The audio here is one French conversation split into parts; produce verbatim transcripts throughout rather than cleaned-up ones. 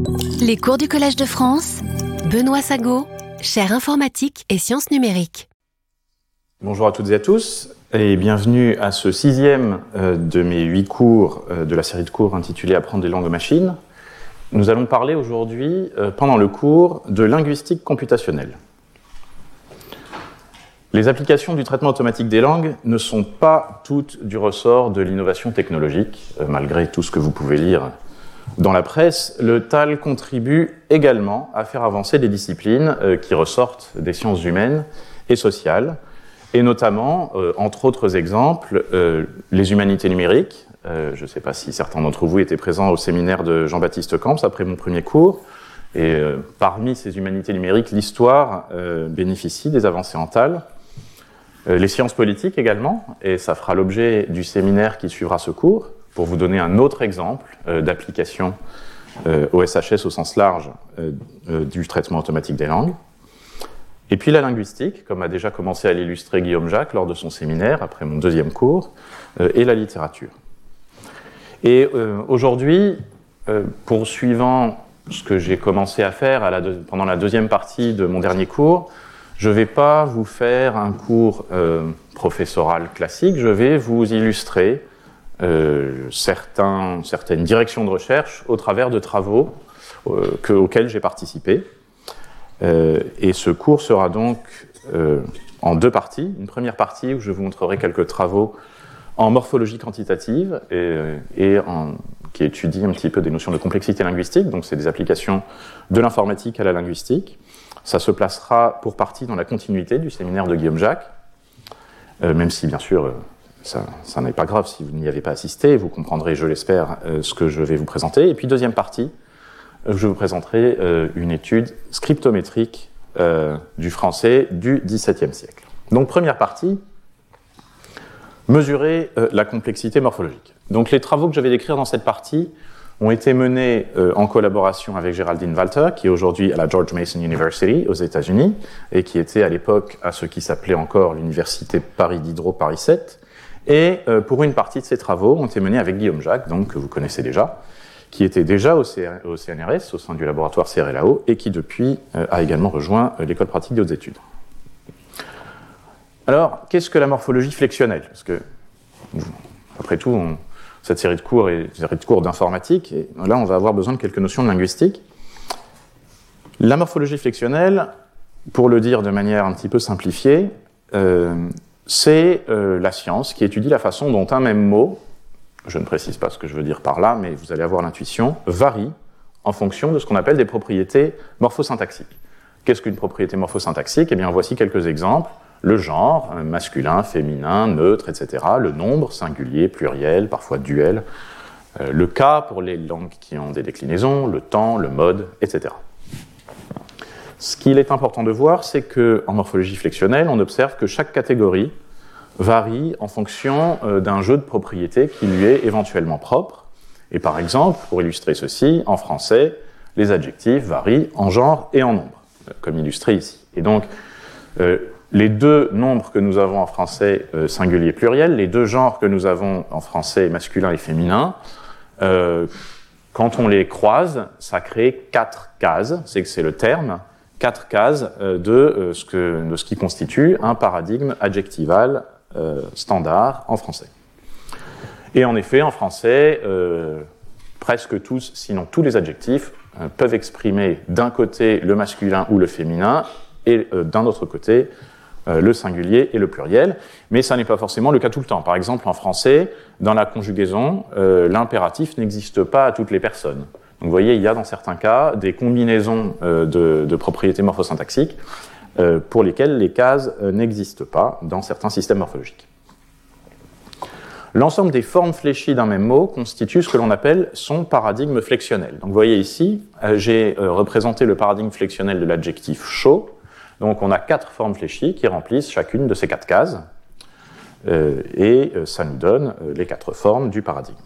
Les cours du Collège de France, Benoît Sago, chaire informatique et sciences numériques. Bonjour à toutes et à tous, et bienvenue à ce sixième euh, de mes huit cours euh, de la série de cours intitulée « Apprendre les langues aux machines ». Nous allons parler aujourd'hui, euh, pendant le cours, de linguistique computationnelle. Les applications du traitement automatique des langues ne sont pas toutes du ressort de l'innovation technologique, euh, malgré tout ce que vous pouvez lire dans la presse. Le T A L contribue également à faire avancer des disciplines euh, qui ressortent des sciences humaines et sociales, et notamment, euh, entre autres exemples, euh, les humanités numériques. Euh, je ne sais pas si certains d'entre vous étaient présents au séminaire de Jean-Baptiste Camps après mon premier cours, et euh, parmi ces humanités numériques, l'histoire euh, bénéficie des avancées en T A L. Euh, les sciences politiques également, et ça fera l'objet du séminaire qui suivra ce cours, pour vous donner un autre exemple euh, d'application euh, au S H S au sens large euh, euh, du traitement automatique des langues. Et puis la linguistique, comme a déjà commencé à l'illustrer Guillaume Jacques lors de son séminaire, après mon deuxième cours, euh, et la littérature. Et euh, aujourd'hui, euh, poursuivant ce que j'ai commencé à faire à la deux, pendant la deuxième partie de mon dernier cours, je ne vais pas vous faire un cours euh, professoral classique, je vais vous illustrer euh, certains, certaines directions de recherche au travers de travaux euh, que, auxquels j'ai participé. Euh, et ce cours sera donc euh, en deux parties. Une première partie où je vous montrerai quelques travaux en morphologie quantitative et, et en, qui étudie un petit peu des notions de complexité linguistique, donc c'est des applications de l'informatique à la linguistique. Ça se placera pour partie dans la continuité du séminaire de Guillaume Jacques, euh, même si bien sûr euh, ça, ça n'est pas grave si vous n'y avez pas assisté, vous comprendrez, je l'espère, euh, ce que je vais vous présenter. Et puis deuxième partie, euh, je vous présenterai euh, une étude scriptométrique euh, du français du dix-septième siècle. Donc première partie, mesurer euh, la complexité morphologique. Donc les travaux que je vais décrire dans cette partie ont été menés euh, en collaboration avec Géraldine Walter, qui est aujourd'hui à la George Mason University aux États-Unis, et qui était à l'époque à ce qui s'appelait encore l'Université Paris Diderot Paris sept. Et euh, pour une partie de ces travaux ont été menés avec Guillaume Jacques, donc que vous connaissez déjà, qui était déjà au, C R- au C N R S, au sein du laboratoire C R L A O, et qui depuis euh, a également rejoint euh, l'école pratique des hautes études. Alors, qu'est-ce que la morphologie flexionnelle ? Parce que, après tout, on, cette série de cours est une série de cours d'informatique, et là, on va avoir besoin de quelques notions de linguistique. La morphologie flexionnelle, pour le dire de manière un petit peu simplifiée, euh, c'est euh, la science qui étudie la façon dont un même mot, je ne précise pas ce que je veux dire par là, mais vous allez avoir l'intuition, varie en fonction de ce qu'on appelle des propriétés morphosyntaxiques. Qu'est-ce qu'une propriété morphosyntaxique ? Eh bien, voici quelques exemples. Le genre, masculin, féminin, neutre, et cetera. Le nombre, singulier, pluriel, parfois duel. Euh, le cas pour les langues qui ont des déclinaisons, le temps, le mode, et cetera. Ce qu'il est important de voir, c'est qu'en morphologie flexionnelle, on observe que chaque catégorie varie en fonction euh, d'un jeu de propriétés qui lui est éventuellement propre. Et par exemple, pour illustrer ceci, en français, les adjectifs varient en genre et en nombre, comme illustré ici. Et donc, euh, les deux nombres que nous avons en français euh, singulier et pluriel, les deux genres que nous avons en français masculin et féminin, euh, quand on les croise, ça crée quatre cases, c'est que c'est le terme, quatre cases euh, de, euh, ce que, de ce qui constitue un paradigme adjectival euh, standard en français. Et en effet, en français, euh, presque tous, sinon tous les adjectifs, euh, peuvent exprimer d'un côté le masculin ou le féminin, et euh, d'un autre côté, Euh, le singulier et le pluriel, mais ça n'est pas forcément le cas tout le temps. Par exemple, en français, dans la conjugaison, euh, l'impératif n'existe pas à toutes les personnes. Donc vous voyez, il y a dans certains cas des combinaisons euh, de, de propriétés morphosyntaxiques euh, pour lesquelles les cases euh, n'existent pas dans certains systèmes morphologiques. L'ensemble des formes fléchies d'un même mot constitue ce que l'on appelle son paradigme flexionnel. Donc vous voyez ici, euh, j'ai euh, représenté le paradigme flexionnel de l'adjectif chaud. Donc on a quatre formes fléchies qui remplissent chacune de ces quatre cases, euh, et euh, ça nous donne euh, les quatre formes du paradigme.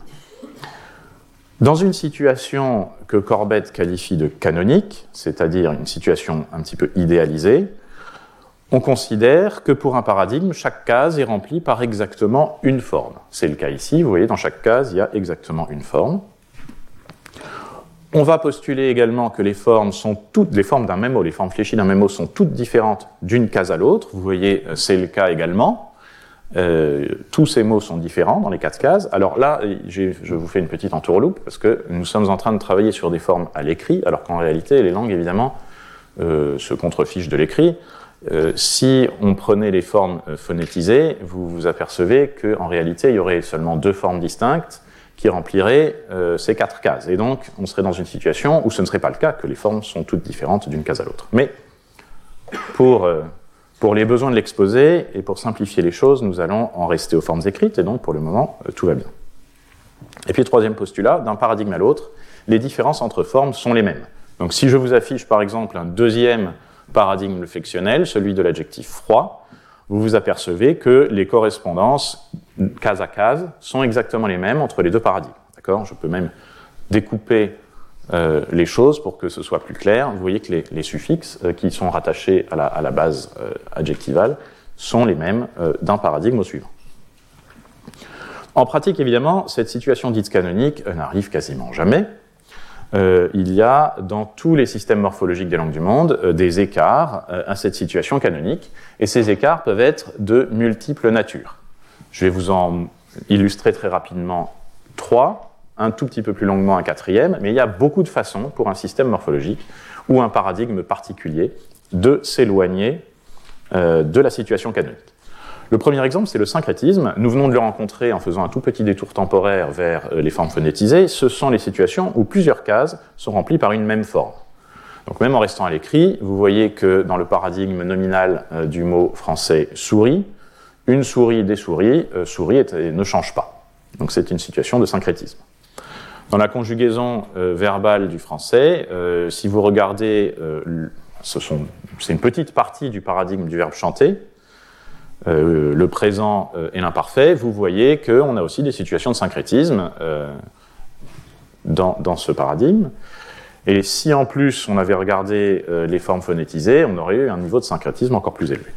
Dans une situation que Corbett qualifie de canonique, c'est-à-dire une situation un petit peu idéalisée, on considère que pour un paradigme, chaque case est remplie par exactement une forme. C'est le cas ici, vous voyez, dans chaque case, il y a exactement une forme. On va postuler également que les formes sont toutes, les formes d'un même mot, les formes fléchies d'un même mot sont toutes différentes d'une case à l'autre. Vous voyez, c'est le cas également. Euh, tous ces mots sont différents dans les quatre cases. Alors là, je vous fais une petite entourloupe parce que nous sommes en train de travailler sur des formes à l'écrit, alors qu'en réalité, les langues, évidemment, euh, se contrefichent de l'écrit. Euh, si on prenait les formes euh, phonétisées, vous vous apercevez qu'en réalité, il y aurait seulement deux formes distinctes qui rempliraient euh, ces quatre cases. Et donc, on serait dans une situation où ce ne serait pas le cas, que les formes sont toutes différentes d'une case à l'autre. Mais pour... Euh, Pour les besoins de l'exposé et pour simplifier les choses, nous allons en rester aux formes écrites, et donc pour le moment, euh, tout va bien. Et puis, troisième postulat, d'un paradigme à l'autre, les différences entre formes sont les mêmes. Donc si je vous affiche par exemple un deuxième paradigme flexionnel, celui de l'adjectif froid, vous vous apercevez que les correspondances, case à case, sont exactement les mêmes entre les deux paradigmes. D'accord ? Je peux même découper Euh, les choses pour que ce soit plus clair. Vous voyez que les, les suffixes euh, qui sont rattachés à la, à la base euh, adjectivale sont les mêmes euh, d'un paradigme au suivant. En pratique, évidemment, cette situation dite canonique euh, n'arrive quasiment jamais. Euh, il y a dans tous les systèmes morphologiques des langues du monde euh, des écarts euh, à cette situation canonique, et ces écarts peuvent être de multiples natures. Je vais vous en illustrer très rapidement trois, un tout petit peu plus longuement un quatrième, mais il y a beaucoup de façons pour un système morphologique ou un paradigme particulier de s'éloigner euh, de la situation canonique. Le premier exemple, c'est le syncrétisme. Nous venons de le rencontrer en faisant un tout petit détour temporaire vers euh, les formes phonétisées. Ce sont les situations où plusieurs cases sont remplies par une même forme. Donc même en restant à l'écrit, vous voyez que dans le paradigme nominal euh, du mot français souris, une souris, des souris, euh, souris est, ne change pas. Donc c'est une situation de syncrétisme. Dans la conjugaison euh, verbale du français, euh, si vous regardez, euh, ce sont, c'est une petite partie du paradigme du verbe chanter, euh, le présent euh, et l'imparfait, vous voyez qu'on a aussi des situations de syncrétisme euh, dans, dans ce paradigme. Et si en plus on avait regardé euh, les formes phonétisées, on aurait eu un niveau de syncrétisme encore plus élevé.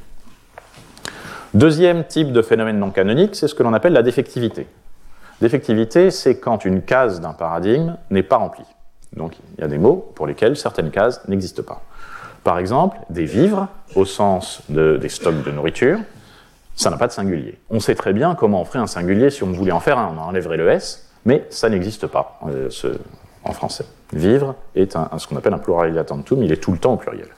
Deuxième type de phénomène non canonique, c'est ce que l'on appelle la défectivité. Défectivité, c'est quand une case d'un paradigme n'est pas remplie. Donc, il y a des mots pour lesquels certaines cases n'existent pas. Par exemple, des vivres, au sens de, des stocks de nourriture, ça n'a pas de singulier. On sait très bien comment on ferait un singulier si on voulait en faire un, on enlèverait le S, mais ça n'existe pas euh, ce, en français. Vivre est un, un, ce qu'on appelle un pluralia tantum, il est tout le temps au pluriel.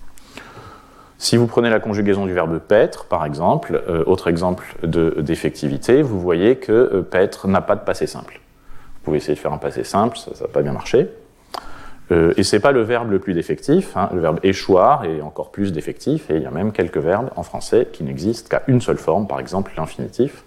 Si vous prenez la conjugaison du verbe paître, par exemple, euh, autre exemple de, d'effectivité, vous voyez que euh, paître n'a pas de passé simple. Vous pouvez essayer de faire un passé simple, ça n'a pas bien marché. Euh, et ce n'est pas le verbe le plus défectif, hein, le verbe échoir est encore plus défectif, et il y a même quelques verbes en français qui n'existent qu'à une seule forme, par exemple l'infinitif.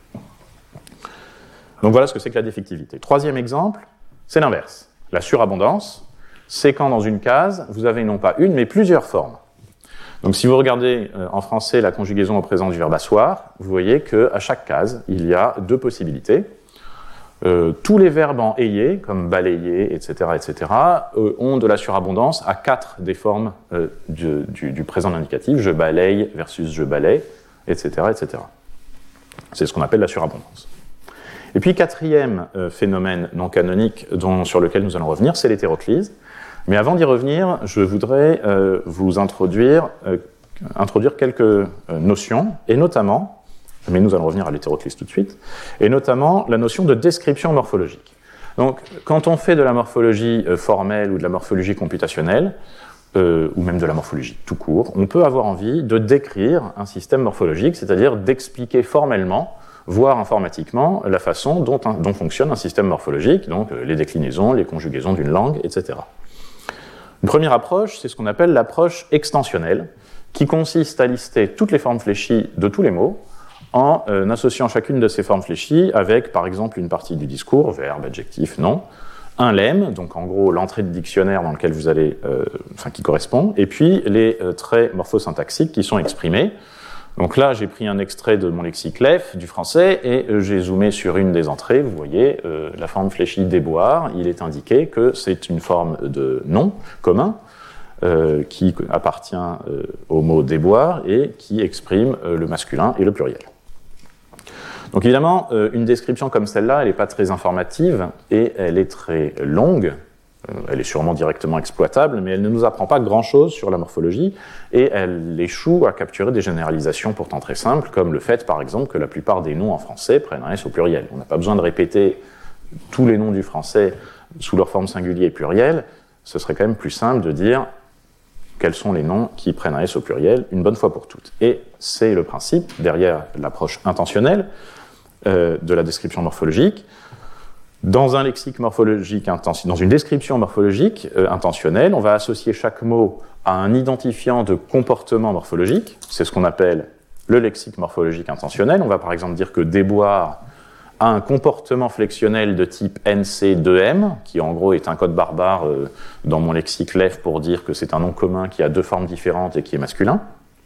Donc voilà ce que c'est que la défectivité. Troisième exemple, c'est l'inverse. La surabondance, c'est quand dans une case, vous avez non pas une, mais plusieurs formes. Donc si vous regardez euh, en français la conjugaison au présent du verbe asseoir, vous voyez qu'à chaque case, il y a deux possibilités. Euh, tous les verbes en ayé, comme balayer, et cetera, et cetera, euh, ont de la surabondance à quatre des formes euh, du, du, du présent indicatif, je balaye versus je balaye, et cetera, et cetera. C'est ce qu'on appelle la surabondance. Et puis quatrième euh, phénomène non canonique dont, sur lequel nous allons revenir, c'est l'hétéroclise. Mais avant d'y revenir, je voudrais euh, vous introduire, euh, introduire quelques euh, notions, et notamment, mais nous allons revenir à l'hétéroclise tout de suite, et notamment la notion de description morphologique. Donc, quand on fait de la morphologie euh, formelle ou de la morphologie computationnelle, euh, ou même de la morphologie tout court, on peut avoir envie de décrire un système morphologique, c'est-à-dire d'expliquer formellement, voire informatiquement, la façon dont, un, dont fonctionne un système morphologique, donc euh, les déclinaisons, les conjugaisons d'une langue, et cetera. Une première approche, c'est ce qu'on appelle l'approche extensionnelle, qui consiste à lister toutes les formes fléchies de tous les mots, en euh, associant chacune de ces formes fléchies avec, par exemple, une partie du discours, verbe, adjectif, nom, un lemme, donc en gros l'entrée de dictionnaire dans lequel vous allez, euh, enfin qui correspond, et puis les euh, traits morphosyntaxiques qui sont exprimés. Donc là, j'ai pris un extrait de mon lexique L E F du français et euh, j'ai zoomé sur une des entrées. Vous voyez, euh, la forme fléchie déboire, il est indiqué que c'est une forme de nom commun euh, qui appartient euh, au mot déboire et qui exprime euh, le masculin et le pluriel. Donc évidemment, euh, une description comme celle-là, elle n'est pas très informative et elle est très longue elle est sûrement directement exploitable, mais elle ne nous apprend pas grand-chose sur la morphologie, et elle échoue à capturer des généralisations pourtant très simples, comme le fait, par exemple, que la plupart des noms en français prennent un S au pluriel. On n'a pas besoin de répéter tous les noms du français sous leur forme singulier et pluriel. Ce serait quand même plus simple de dire quels sont les noms qui prennent un S au pluriel une bonne fois pour toutes. Et c'est le principe derrière l'approche intentionnelle euh, de la description morphologique. Dans un lexique morphologique intentionnel, dans une description morphologique euh, intentionnelle, on va associer chaque mot à un identifiant de comportement morphologique. C'est ce qu'on appelle le lexique morphologique intentionnel. On va par exemple dire que déboire a un comportement flexionnel de type N C deux M, qui en gros est un code barbare euh, dans mon lexique L E F pour dire que c'est un nom commun qui a deux formes différentes et qui est masculin.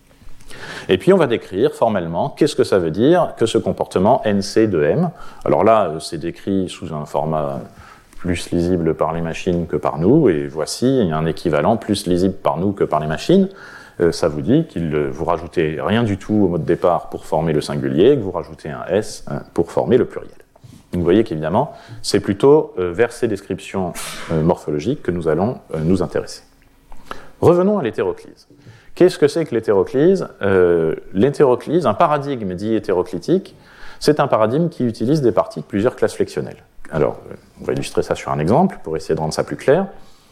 Et puis on va décrire formellement qu'est-ce que ça veut dire que ce comportement N C deux M. Alors là, c'est décrit sous un format plus lisible par les machines que par nous, et voici, il y a un équivalent plus lisible par nous que par les machines. Euh, ça vous dit qu'il euh, vous rajoutez rien du tout au mot de départ pour former le singulier, et que vous rajoutez un S euh, pour former le pluriel. Donc vous voyez qu'évidemment, c'est plutôt euh, vers ces descriptions euh, morphologiques que nous allons euh, nous intéresser. Revenons à l'hétéroclise. Qu'est-ce que c'est que l'hétéroclise ? euh, L'hétéroclise, un paradigme dit hétéroclitique, c'est un paradigme qui utilise des parties de plusieurs classes flexionnelles. Alors, euh, on va illustrer ça sur un exemple pour essayer de rendre ça plus clair.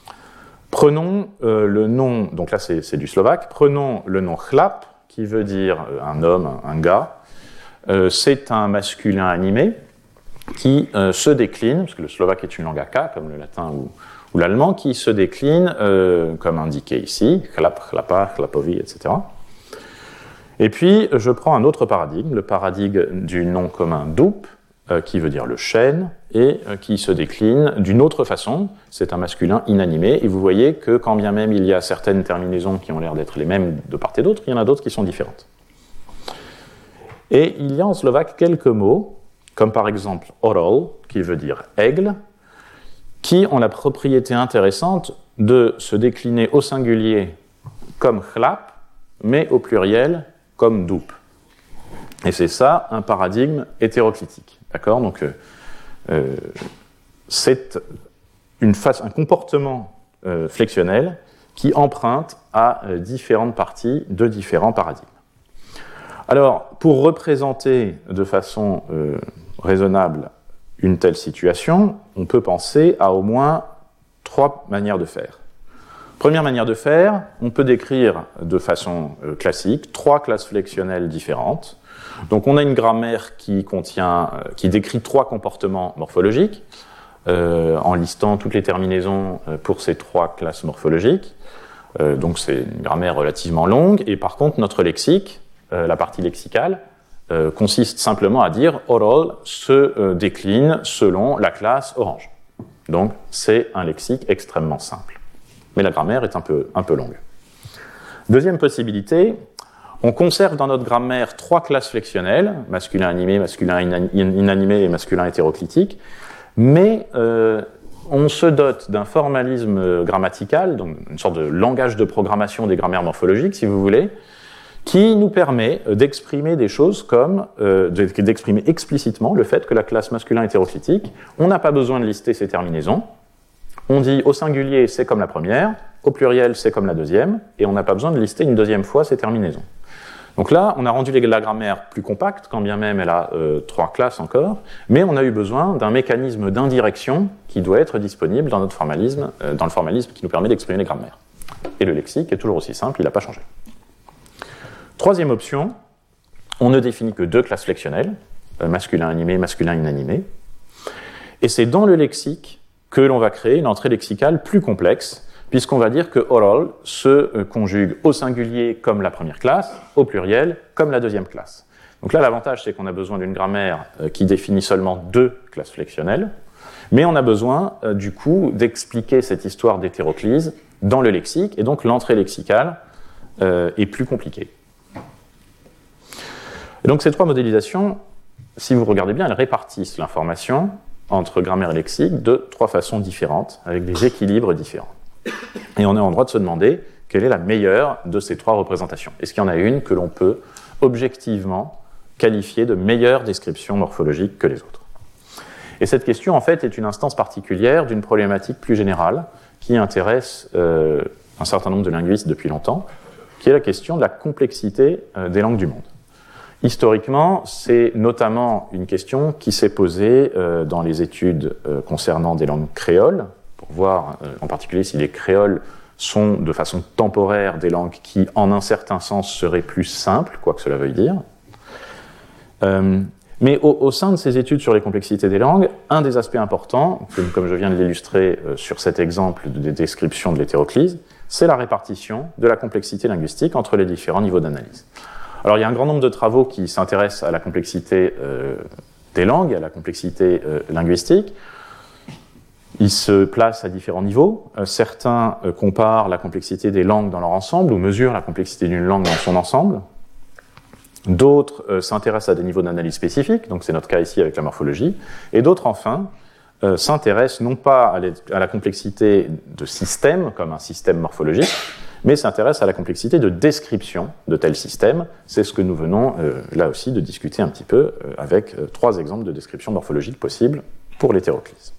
Prenons euh, le nom, donc là c'est, c'est du slovaque, prenons le nom chlap, qui veut dire euh, un homme, un, un gars. Euh, c'est un masculin animé qui euh, se décline, parce que le slovaque est une langue à K, comme le latin ou, ou l'allemand, qui se décline, euh, comme indiqué ici, chlap, chlapa, chlapovi, et cetera. Et puis, je prends un autre paradigme, le paradigme du nom commun dup, euh, qui veut dire le chêne, et euh, qui se décline d'une autre façon. C'est un masculin inanimé, et vous voyez que quand bien même il y a certaines terminaisons qui ont l'air d'être les mêmes de part et d'autre, il y en a d'autres qui sont différentes. Et il y a en slovaque quelques mots, comme par exemple orol, qui veut dire aigle, qui ont la propriété intéressante de se décliner au singulier comme chlap, mais au pluriel comme dup. Et c'est ça un paradigme hétéroclitique. D'accord ? Donc, euh, euh, c'est une face, un comportement euh, flexionnel qui emprunte à euh, différentes parties de différents paradigmes. Alors, pour représenter de façon euh, raisonnable une telle situation, on peut penser à au moins trois manières de faire. Première manière de faire, on peut décrire de façon euh, classique trois classes flexionnelles différentes. Donc on a une grammaire qui contient, euh, qui décrit trois comportements morphologiques, euh, en listant toutes les terminaisons euh, pour ces trois classes morphologiques. Euh, donc c'est une grammaire relativement longue, et par contre notre lexique, euh, la partie lexicale, euh, consiste simplement à dire « orol se euh, décline selon la classe orange ». Donc c'est un lexique extrêmement simple. Mais la grammaire est un peu, un peu longue. Deuxième possibilité, on conserve dans notre grammaire trois classes flexionnelles, masculin animé, masculin inanimé et masculin hétéroclitique, mais euh, on se dote d'un formalisme grammatical, donc une sorte de langage de programmation des grammaires morphologiques, si vous voulez, qui nous permet d'exprimer des choses comme, euh, d'exprimer explicitement le fait que la classe masculin hétéroclitique, on n'a pas besoin de lister ses terminaisons. On dit au singulier, c'est comme la première, au pluriel, c'est comme la deuxième, et on n'a pas besoin de lister une deuxième fois ces terminaisons. Donc là, on a rendu la grammaire plus compacte, quand bien même elle a euh, trois classes encore, mais on a eu besoin d'un mécanisme d'indirection qui doit être disponible dans notre formalisme, euh, dans le formalisme qui nous permet d'exprimer les grammaires. Et le lexique est toujours aussi simple, il n'a pas changé. Troisième option, on ne définit que deux classes flexionnelles, euh, masculin animé, masculin inanimé, et c'est dans le lexique que l'on va créer une entrée lexicale plus complexe, puisqu'on va dire que oral se conjugue au singulier comme la première classe, au pluriel comme la deuxième classe. Donc là, l'avantage, c'est qu'on a besoin d'une grammaire qui définit seulement deux classes flexionnelles, mais on a besoin, du coup, d'expliquer cette histoire d'hétéroclise dans le lexique, et donc l'entrée lexicale euh, est plus compliquée. Et donc ces trois modélisations, si vous regardez bien, elles répartissent l'information entre grammaire et lexique de trois façons différentes, avec des équilibres différents. Et on est en droit de se demander quelle est la meilleure de ces trois représentations. Est-ce qu'il y en a une que l'on peut objectivement qualifier de meilleure description morphologique que les autres ? Et cette question, en fait, est une instance particulière d'une problématique plus générale qui intéresse euh, un certain nombre de linguistes depuis longtemps, qui est la question de la complexité euh, des langues du monde. Historiquement, c'est notamment une question qui s'est posée euh, dans les études euh, concernant des langues créoles, pour voir euh, en particulier si les créoles sont de façon temporaire des langues qui, en un certain sens, seraient plus simples, quoi que cela veuille dire. Euh, mais au, au sein de ces études sur les complexités des langues, un des aspects importants, comme, comme je viens de l'illustrer euh, sur cet exemple de, de description de l'hétéroclise, c'est la répartition de la complexité linguistique entre les différents niveaux d'analyse. Alors, il y a un grand nombre de travaux qui s'intéressent à la complexité euh, des langues, à la complexité euh, linguistique. Ils se placent à différents niveaux. Euh, certains euh, comparent la complexité des langues dans leur ensemble ou mesurent la complexité d'une langue dans son ensemble. D'autres euh, s'intéressent à des niveaux d'analyse spécifiques, donc c'est notre cas ici avec la morphologie. Et d'autres, enfin, euh, s'intéressent non pas à, les, à la complexité de systèmes, comme un système morphologique, mais s'intéresse à la complexité de description de tels systèmes. C'est ce que nous venons, euh, là aussi, de discuter un petit peu euh, avec euh, trois exemples de description morphologique possibles pour l'hétéroclise.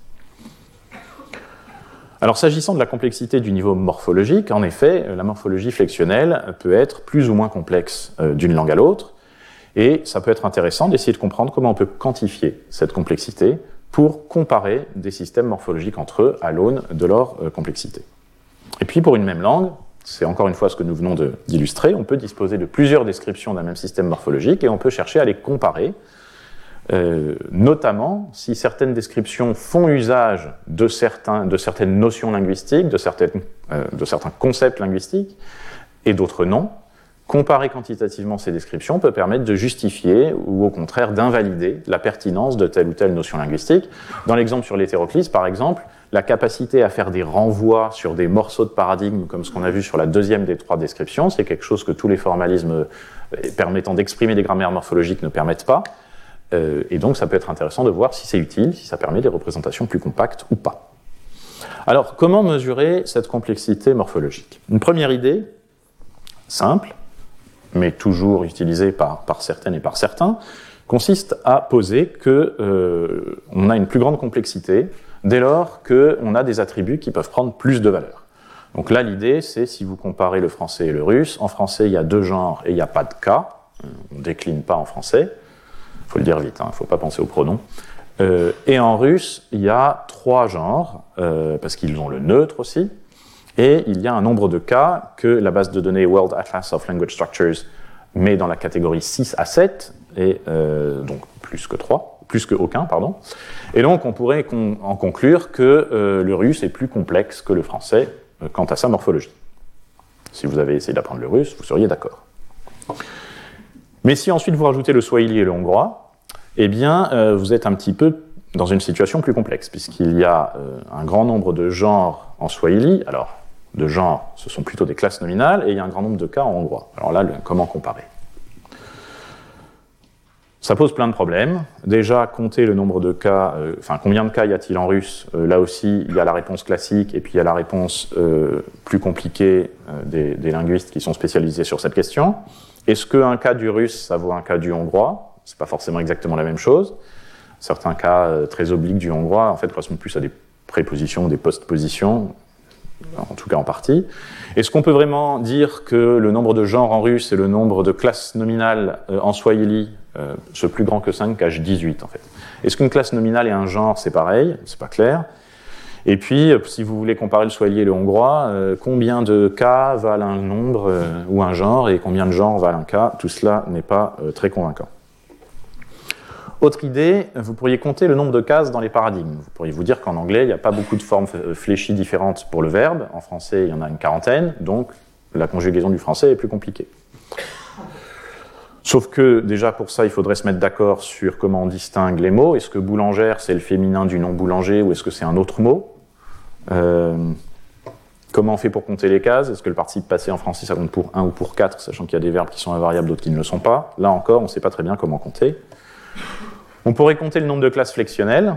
Alors, s'agissant de la complexité du niveau morphologique, en effet, la morphologie flexionnelle peut être plus ou moins complexe euh, d'une langue à l'autre, et ça peut être intéressant d'essayer de comprendre comment on peut quantifier cette complexité pour comparer des systèmes morphologiques entre eux à l'aune de leur euh, complexité. Et puis, pour une même langue, c'est encore une fois ce que nous venons de, d'illustrer, on peut disposer de plusieurs descriptions d'un même système morphologique et on peut chercher à les comparer, euh, notamment si certaines descriptions font usage de, certains, de certaines notions linguistiques, de, certaines, euh, de certains concepts linguistiques, et d'autres non. Comparer quantitativement ces descriptions peut permettre de justifier ou au contraire d'invalider la pertinence de telle ou telle notion linguistique. Dans l'exemple sur l'hétéroclise, par exemple, la capacité à faire des renvois sur des morceaux de paradigme, comme ce qu'on a vu sur la deuxième des trois descriptions, c'est quelque chose que tous les formalismes permettant d'exprimer des grammaires morphologiques ne permettent pas. Euh, et donc, ça peut être intéressant de voir si c'est utile, si ça permet des représentations plus compactes ou pas. Alors, comment mesurer cette complexité morphologique ? Une première idée, simple, mais toujours utilisée par, par certaines et par certains, consiste à poser qu'on euh, a une plus grande complexité dès lors qu'on a des attributs qui peuvent prendre plus de valeur. Donc là, l'idée, c'est si vous comparez le français et le russe, en français, il y a deux genres et il n'y a pas de cas, on ne décline pas en français, il faut le dire vite, il hein, ne faut pas penser aux pronoms. Euh, et en russe, il y a trois genres, euh, parce qu'ils ont le neutre aussi, et il y a un nombre de cas que la base de données World Atlas of Language Structures met dans la catégorie six à sept, et euh, donc plus que trois, plus que aucun, pardon. Et donc on pourrait con- en conclure que euh, le russe est plus complexe que le français euh, quant à sa morphologie. Si vous avez essayé d'apprendre le russe, vous seriez d'accord. Mais si ensuite vous rajoutez le swahili et le hongrois, eh bien euh, vous êtes un petit peu dans une situation plus complexe, puisqu'il y a euh, un grand nombre de genres en swahili. Alors, de genres, ce sont plutôt des classes nominales, et il y a un grand nombre de cas en hongrois. Alors là, le, comment comparer ? Ça pose plein de problèmes. Déjà, compter le nombre de cas, euh, enfin, combien de cas y a-t-il en russe ? euh, Là aussi, il y a la réponse classique, et puis il y a la réponse euh, plus compliquée euh, des, des linguistes qui sont spécialisés sur cette question. Est-ce qu'un cas du russe, ça vaut un cas du hongrois ? C'est pas forcément exactement la même chose. Certains cas euh, très obliques du hongrois, en fait, correspondent plus à des prépositions ou des postpositions, en tout cas en partie. Est-ce qu'on peut vraiment dire que le nombre de genres en russe et le nombre de classes nominales euh, en swahili, euh, ce plus grand que cinq, cache dix-huit en fait. Est-ce qu'une classe nominale et un genre, c'est pareil ? C'est pas clair. Et puis, euh, si vous voulez comparer le swahili et le hongrois, euh, combien de cas valent un nombre euh, ou un genre, et combien de genres valent un cas ? Tout cela n'est pas euh, très convaincant. Autre idée, vous pourriez compter le nombre de cases dans les paradigmes. Vous pourriez vous dire qu'en anglais, il n'y a pas beaucoup de formes fléchies différentes pour le verbe. En français, il y en a une quarantaine, donc la conjugaison du français est plus compliquée. Sauf que, déjà, pour ça, il faudrait se mettre d'accord sur comment on distingue les mots. Est-ce que boulangère, c'est le féminin du nom boulanger, ou est-ce que c'est un autre mot ? euh, Comment on fait pour compter les cases ? Est-ce que le participe passé en français, ça compte pour un ou pour quatre, sachant qu'il y a des verbes qui sont invariables, d'autres qui ne le sont pas ? Là encore, on ne sait pas très bien comment compter. On pourrait compter le nombre de classes flexionnelles,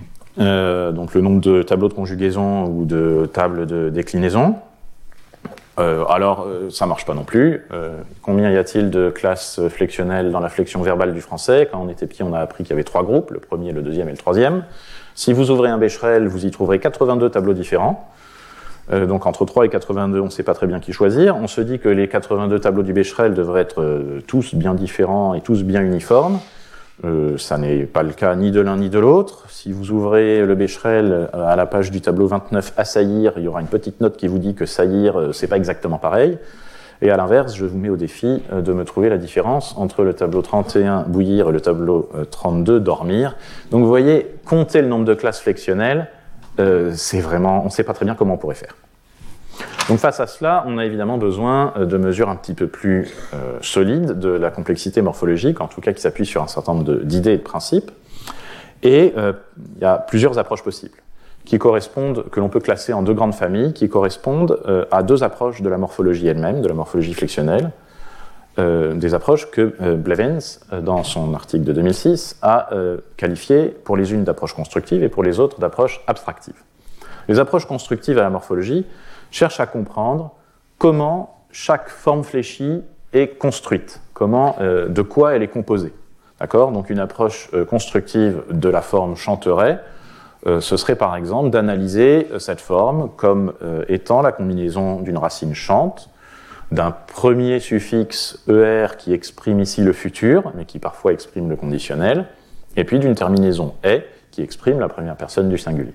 euh, donc le nombre de tableaux de conjugaison ou de tables de déclinaison. Euh, alors, euh, ça marche pas non plus. Euh, combien y a-t-il de classes flexionnelles dans la flexion verbale du français? Quand on était petit, on a appris qu'il y avait trois groupes, le premier, le deuxième et le troisième. Si vous ouvrez un Becherel, vous y trouverez quatre-vingt-deux tableaux différents. Euh, donc entre trois et quatre-vingt-deux, on ne sait pas très bien qui choisir. On se dit que les quatre-vingt-deux tableaux du Becherel devraient être euh, tous bien différents et tous bien uniformes. Euh, ça n'est pas le cas ni de l'un ni de l'autre. Si vous ouvrez le Becherel à la page du tableau vingt-neuf à saillir, il y aura une petite note qui vous dit que saillir, euh, c'est pas exactement pareil. Et à l'inverse, je vous mets au défi euh, de me trouver la différence entre le tableau trente et un bouillir et le tableau euh, trente-deux dormir. Donc vous voyez, compter le nombre de classes flexionnelles, euh, c'est vraiment, on ne sait pas très bien comment on pourrait faire. Donc face à cela, on a évidemment besoin de mesures un petit peu plus euh, solides de la complexité morphologique, en tout cas qui s'appuient sur un certain nombre d'idées et de principes. Et euh, il y a plusieurs approches possibles, qui correspondent, que l'on peut classer en deux grandes familles, qui correspondent euh, à deux approches de la morphologie elle-même, de la morphologie flexionnelle, euh, des approches que euh, Blevins, euh, dans son article de deux mille six, a euh, qualifiées pour les unes d'approches constructives et pour les autres d'approches abstractives. Les approches constructives à la morphologie cherche à comprendre comment chaque forme fléchie est construite, comment, euh, de quoi elle est composée. D'accord ? Donc une approche euh, constructive de la forme chanteret, euh, ce serait par exemple d'analyser euh, cette forme comme euh, étant la combinaison d'une racine chante, d'un premier suffixe er qui exprime ici le futur, mais qui parfois exprime le conditionnel, et puis d'une terminaison est qui exprime la première personne du singulier.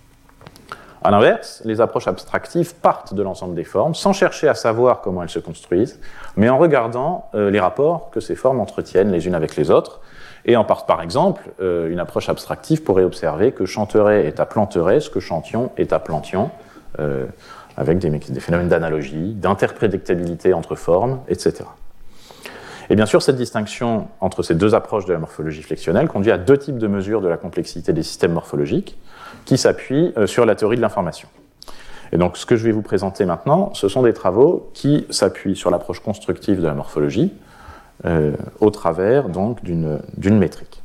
A l'inverse, les approches abstractives partent de l'ensemble des formes sans chercher à savoir comment elles se construisent, mais en regardant euh, les rapports que ces formes entretiennent les unes avec les autres. Et en part, par exemple, euh, une approche abstractive pourrait observer que chanteret est à planteret, ce que chantion est à plantion, euh, avec des, des phénomènes d'analogie, d'interprédictabilité entre formes, et cetera. Et bien sûr, cette distinction entre ces deux approches de la morphologie flexionnelle conduit à deux types de mesures de la complexité des systèmes morphologiques qui s'appuient sur la théorie de l'information. Et donc, ce que je vais vous présenter maintenant, ce sont des travaux qui s'appuient sur l'approche constructive de la morphologie euh, au travers donc d'une, d'une métrique.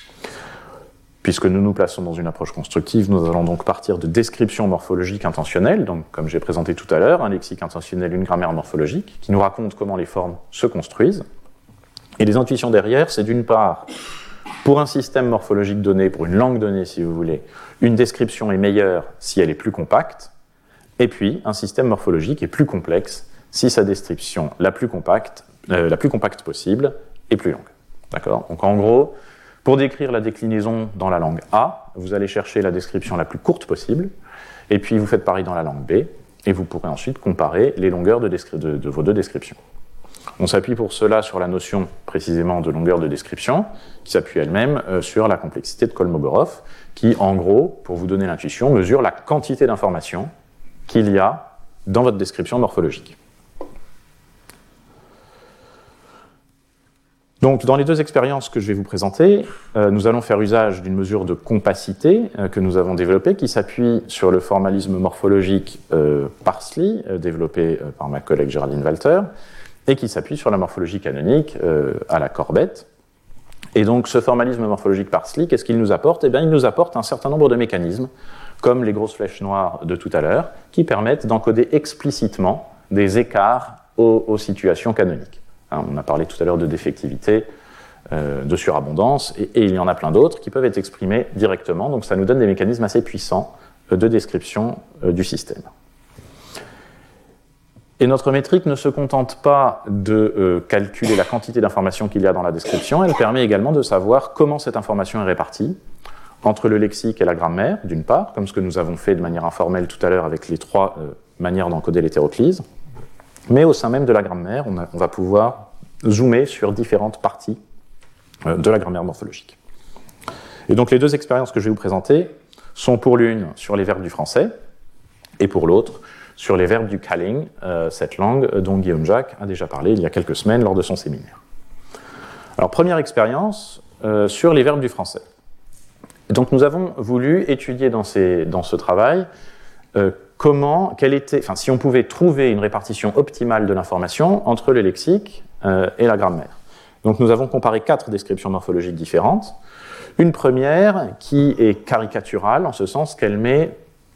Puisque nous nous plaçons dans une approche constructive, nous allons donc partir de descriptions morphologiques intentionnelles, donc comme j'ai présenté tout à l'heure, un lexique intentionnel, une grammaire morphologique, qui nous raconte comment les formes se construisent. Et les intuitions derrière, c'est d'une part, pour un système morphologique donné, pour une langue donnée si vous voulez, une description est meilleure si elle est plus compacte, et puis un système morphologique est plus complexe si sa description la plus compacte, euh, la plus compacte possible est plus longue. D'accord ? Donc en gros, pour décrire la déclinaison dans la langue A, vous allez chercher la description la plus courte possible, et puis vous faites pareil dans la langue B, et vous pourrez ensuite comparer les longueurs de, descri- de, de vos deux descriptions. On s'appuie pour cela sur la notion précisément de longueur de description, qui s'appuie elle-même euh, sur la complexité de Kolmogorov, qui en gros, pour vous donner l'intuition, mesure la quantité d'informations qu'il y a dans votre description morphologique. Donc, dans les deux expériences que je vais vous présenter, euh, nous allons faire usage d'une mesure de compacité euh, que nous avons développée, qui s'appuie sur le formalisme morphologique euh, Parsley, euh, développé euh, par ma collègue Géraldine Walter, et qui s'appuie sur la morphologie canonique euh, à la Corbett. Et donc, ce formalisme morphologique Parsley, qu'est-ce qu'il nous apporte ? Eh bien, il nous apporte un certain nombre de mécanismes, comme les grosses flèches noires de tout à l'heure, qui permettent d'encoder explicitement des écarts aux, aux situations canoniques. Hein, on a parlé tout à l'heure de défectivité, euh, de surabondance, et, et il y en a plein d'autres qui peuvent être exprimés directement, donc ça nous donne des mécanismes assez puissants euh, de description euh, du système. Et notre métrique ne se contente pas de euh, calculer la quantité d'informations qu'il y a dans la description, elle permet également de savoir comment cette information est répartie entre le lexique et la grammaire, d'une part, comme ce que nous avons fait de manière informelle tout à l'heure avec les trois euh, manières d'encoder l'hétéroclise, mais au sein même de la grammaire, on, a, on va pouvoir zoomer sur différentes parties euh, de la grammaire morphologique. Et donc les deux expériences que je vais vous présenter sont pour l'une sur les verbes du français, et pour l'autre sur les verbes du Kaling, euh, cette langue dont Guillaume Jacques a déjà parlé il y a quelques semaines lors de son séminaire. Alors, première expérience euh, sur les verbes du français. Donc, nous avons voulu étudier dans, ces, dans ce travail euh, comment, quelle était, enfin, si on pouvait trouver une répartition optimale de l'information entre le lexique euh, et la grammaire. Donc, nous avons comparé quatre descriptions morphologiques différentes. Une première qui est caricaturale, en ce sens qu'elle met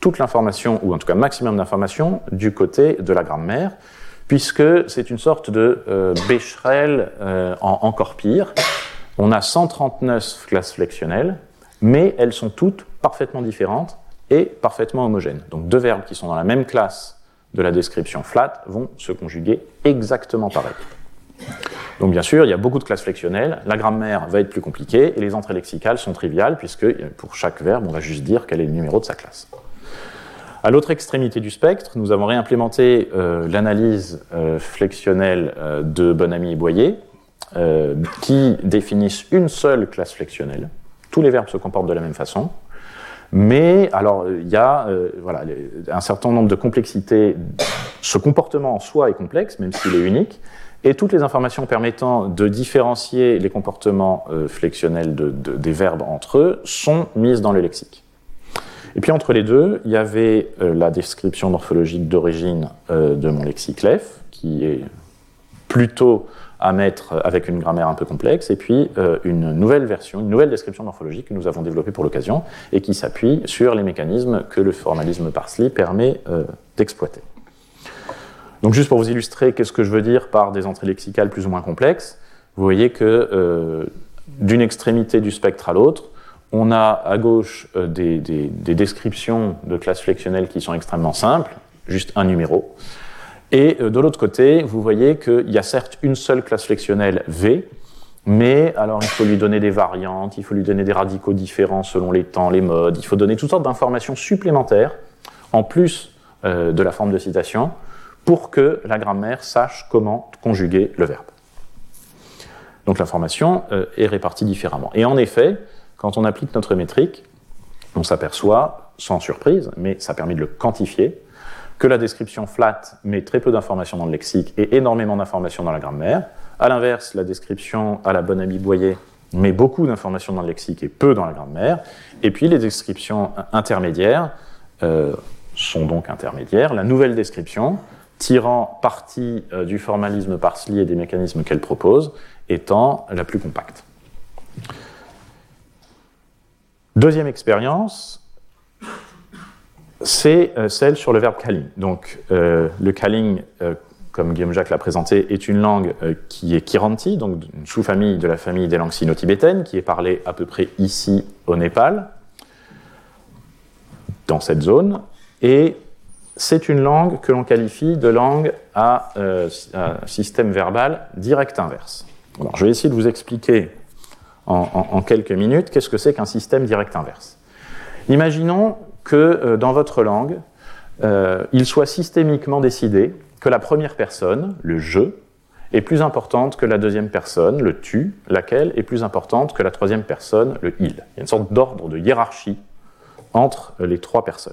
toute l'information, ou en tout cas maximum d'informations, du côté de la grammaire, puisque c'est une sorte de euh, Becherel euh, en encore pire. On a cent trente-neuf classes flexionnelles, mais elles sont toutes parfaitement différentes et parfaitement homogènes. Donc deux verbes qui sont dans la même classe de la description flat vont se conjuguer exactement pareil. Donc bien sûr, il y a beaucoup de classes flexionnelles, la grammaire va être plus compliquée, et les entrées lexicales sont triviales, puisque pour chaque verbe, on va juste dire quel est le numéro de sa classe. À l'autre extrémité du spectre, nous avons réimplémenté euh, l'analyse euh, flexionnelle euh, de Bonamy et Boyer, euh, qui définissent une seule classe flexionnelle. Tous les verbes se comportent de la même façon, mais alors il y a euh, voilà, les, un certain nombre de complexités. Ce comportement en soi est complexe, même s'il est unique, et toutes les informations permettant de différencier les comportements euh, flexionnels de, de, des verbes entre eux sont mises dans le lexique. Et puis entre les deux, il y avait euh, la description morphologique d'origine euh, de mon lexique L E F, qui est plutôt à mettre avec une grammaire un peu complexe, et puis euh, une nouvelle version, une nouvelle description morphologique que nous avons développée pour l'occasion, et qui s'appuie sur les mécanismes que le formalisme Parsley permet euh, d'exploiter. Donc juste pour vous illustrer qu'est-ce que je veux dire par des entrées lexicales plus ou moins complexes, vous voyez que euh, d'une extrémité du spectre à l'autre, on a à gauche euh, des, des, des descriptions de classes flexionnelles qui sont extrêmement simples, juste un numéro, et euh, de l'autre côté, vous voyez qu'il y a certes une seule classe flexionnelle V, mais alors il faut lui donner des variantes, il faut lui donner des radicaux différents selon les temps, les modes, il faut donner toutes sortes d'informations supplémentaires, en plus euh, de la forme de citation, pour que la grammaire sache comment conjuguer le verbe. Donc l'information euh, est répartie différemment. Et en effet, quand on applique notre métrique, on s'aperçoit, sans surprise, mais ça permet de le quantifier, que la description flat met très peu d'informations dans le lexique et énormément d'informations dans la grammaire. À l'inverse, la description à la Bonamy-Boyer met beaucoup d'informations dans le lexique et peu dans la grammaire. Et puis les descriptions intermédiaires euh, sont donc intermédiaires. La nouvelle description, tirant parti euh, du formalisme Parsley et des mécanismes qu'elle propose, étant la plus compacte. Deuxième expérience, c'est euh, celle sur le verbe calling. Donc euh, le calling, euh, comme Guillaume Jacques l'a présenté, est une langue euh, qui est Kiranti, donc une sous-famille de la famille des langues sino-tibétaines, qui est parlée à peu près ici au Népal, dans cette zone, et c'est une langue que l'on qualifie de langue à, euh, à système verbal direct inverse. Alors, je vais essayer de vous expliquer en, en, en quelques minutes qu'est-ce que c'est qu'un système direct inverse. Imaginons que euh, dans votre langue, euh, il soit systémiquement décidé que la première personne, le « je », est plus importante que la deuxième personne, le « tu », laquelle est plus importante que la troisième personne, le « il ». Il y a une sorte d'ordre, de hiérarchie entre les trois personnes.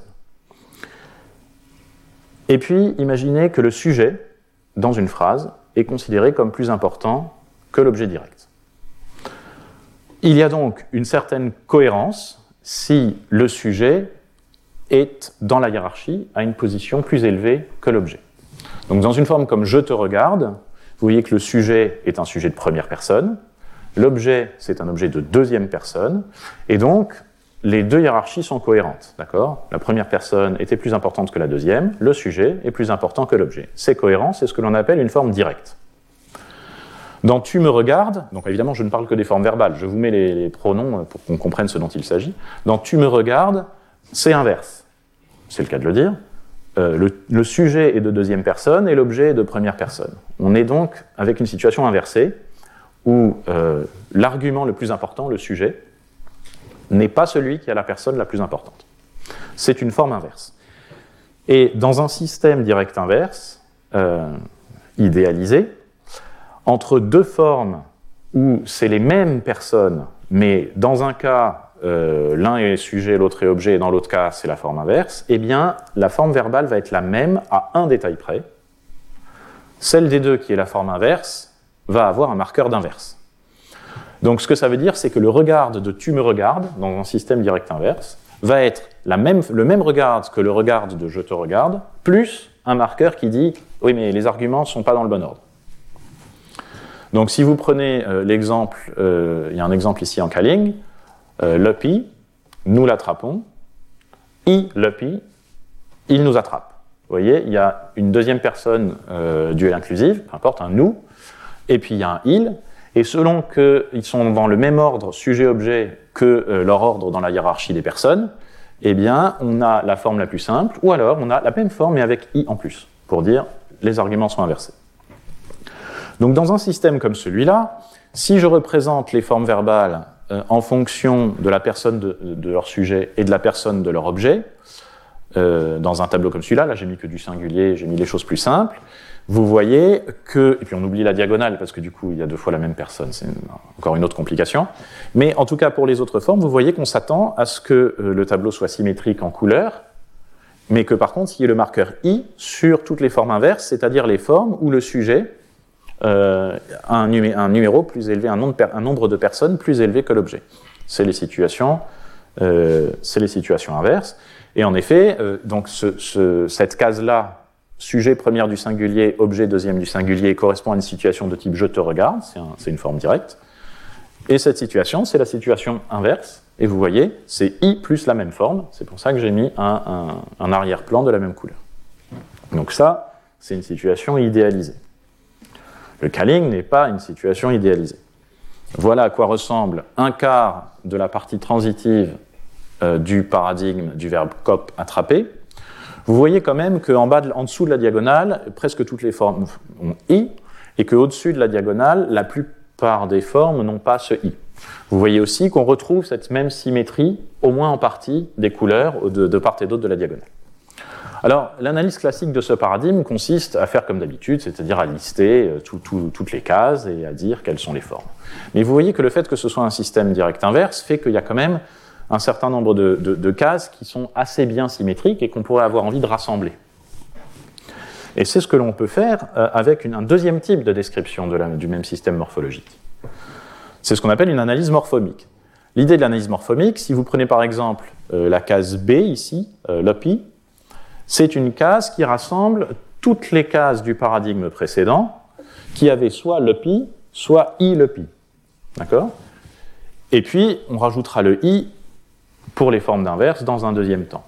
Et puis, imaginez que le sujet, dans une phrase, est considéré comme plus important que l'objet direct. Il y a donc une certaine cohérence si le sujet est dans la hiérarchie à une position plus élevée que l'objet. Donc dans une forme comme « je te regarde », vous voyez que le sujet est un sujet de première personne, l'objet c'est un objet de deuxième personne, et donc les deux hiérarchies sont cohérentes, d'accord ? La première personne était plus importante que la deuxième, le sujet est plus important que l'objet. C'est cohérent, c'est ce que l'on appelle une forme directe. Dans « tu me regardes », donc évidemment je ne parle que des formes verbales, je vous mets les, les pronoms pour qu'on comprenne ce dont il s'agit. Dans « tu me regardes », c'est inverse, c'est le cas de le dire. Euh, le, le sujet est de deuxième personne et l'objet est de première personne. On est donc avec une situation inversée où euh, l'argument le plus important, le sujet, n'est pas celui qui a la personne la plus importante. C'est une forme inverse. Et dans un système direct inverse, euh, idéalisé, entre deux formes où c'est les mêmes personnes, mais dans un cas, euh, l'un est sujet, l'autre est objet, et dans l'autre cas, c'est la forme inverse, eh bien, la forme verbale va être la même à un détail près. Celle des deux qui est la forme inverse va avoir un marqueur d'inverse. Donc ce que ça veut dire, c'est que le regarde de « tu me regardes » dans un système direct inverse va être la même, le même regarde que le regarde de « je te regarde » plus un marqueur qui dit « oui, mais les arguments ne sont pas dans le bon ordre ». Donc si vous prenez euh, l'exemple, euh, il y a un exemple ici en calling, euh, Luppy, nous l'attrapons, I Luppy, il nous attrape. Vous voyez, il y a une deuxième personne euh, duel inclusive, peu importe, un nous, et puis il y a un il, et selon qu'ils sont dans le même ordre sujet-objet que euh, leur ordre dans la hiérarchie des personnes, eh bien, on a la forme la plus simple, ou alors on a la même forme mais avec i en plus, pour dire les arguments sont inversés. Donc dans un système comme celui-là, si je représente les formes verbales euh, en fonction de la personne de, de leur sujet et de la personne de leur objet, Euh, dans un tableau comme celui-là, là j'ai mis que du singulier, j'ai mis les choses plus simples, vous voyez que, et puis on oublie la diagonale parce que du coup il y a deux fois la même personne, c'est une, encore une autre complication, mais en tout cas pour les autres formes, vous voyez qu'on s'attend à ce que euh, le tableau soit symétrique en couleur, mais que par contre il y ait le marqueur i sur toutes les formes inverses, c'est-à-dire les formes où le sujet euh, a un, numé- un numéro plus élevé, un nombre, un nombre de personnes plus élevé que l'objet. C'est les situations, euh, c'est les situations inverses. Et en effet, euh, donc ce, ce, cette case-là, sujet première du singulier, objet deuxième du singulier, correspond à une situation de type « je te regarde », c'est, un, c'est une forme directe. Et cette situation, c'est la situation inverse. Et vous voyez, c'est i plus la même forme. C'est pour ça que j'ai mis un, un, un arrière-plan de la même couleur. Donc ça, c'est une situation idéalisée. Le calling n'est pas une situation idéalisée. Voilà à quoi ressemble un quart de la partie transitive Euh, du paradigme du verbe cop, attraper. Vous voyez quand même qu'en bas, de, en dessous de la diagonale, presque toutes les formes ont i, et qu'au-dessus de la diagonale, la plupart des formes n'ont pas ce i. Vous voyez aussi qu'on retrouve cette même symétrie, au moins en partie, des couleurs de, de part et d'autre de la diagonale. Alors, l'analyse classique de ce paradigme consiste à faire comme d'habitude, c'est-à-dire à lister euh, tout, tout, toutes les cases et à dire quelles sont les formes. Mais vous voyez que le fait que ce soit un système direct inverse fait qu'il y a quand même un certain nombre de, de, de cases qui sont assez bien symétriques et qu'on pourrait avoir envie de rassembler. Et c'est ce que l'on peut faire euh, avec une, un deuxième type de description de la, du même système morphologique. C'est ce qu'on appelle une analyse morphomique. L'idée de l'analyse morphomique, si vous prenez par exemple euh, la case B ici, euh, l'O P I, c'est une case qui rassemble toutes les cases du paradigme précédent qui avaient soit l'O P I, soit I le P I. D'accord ? Et puis, on rajoutera le I pour les formes d'inverse dans un deuxième temps.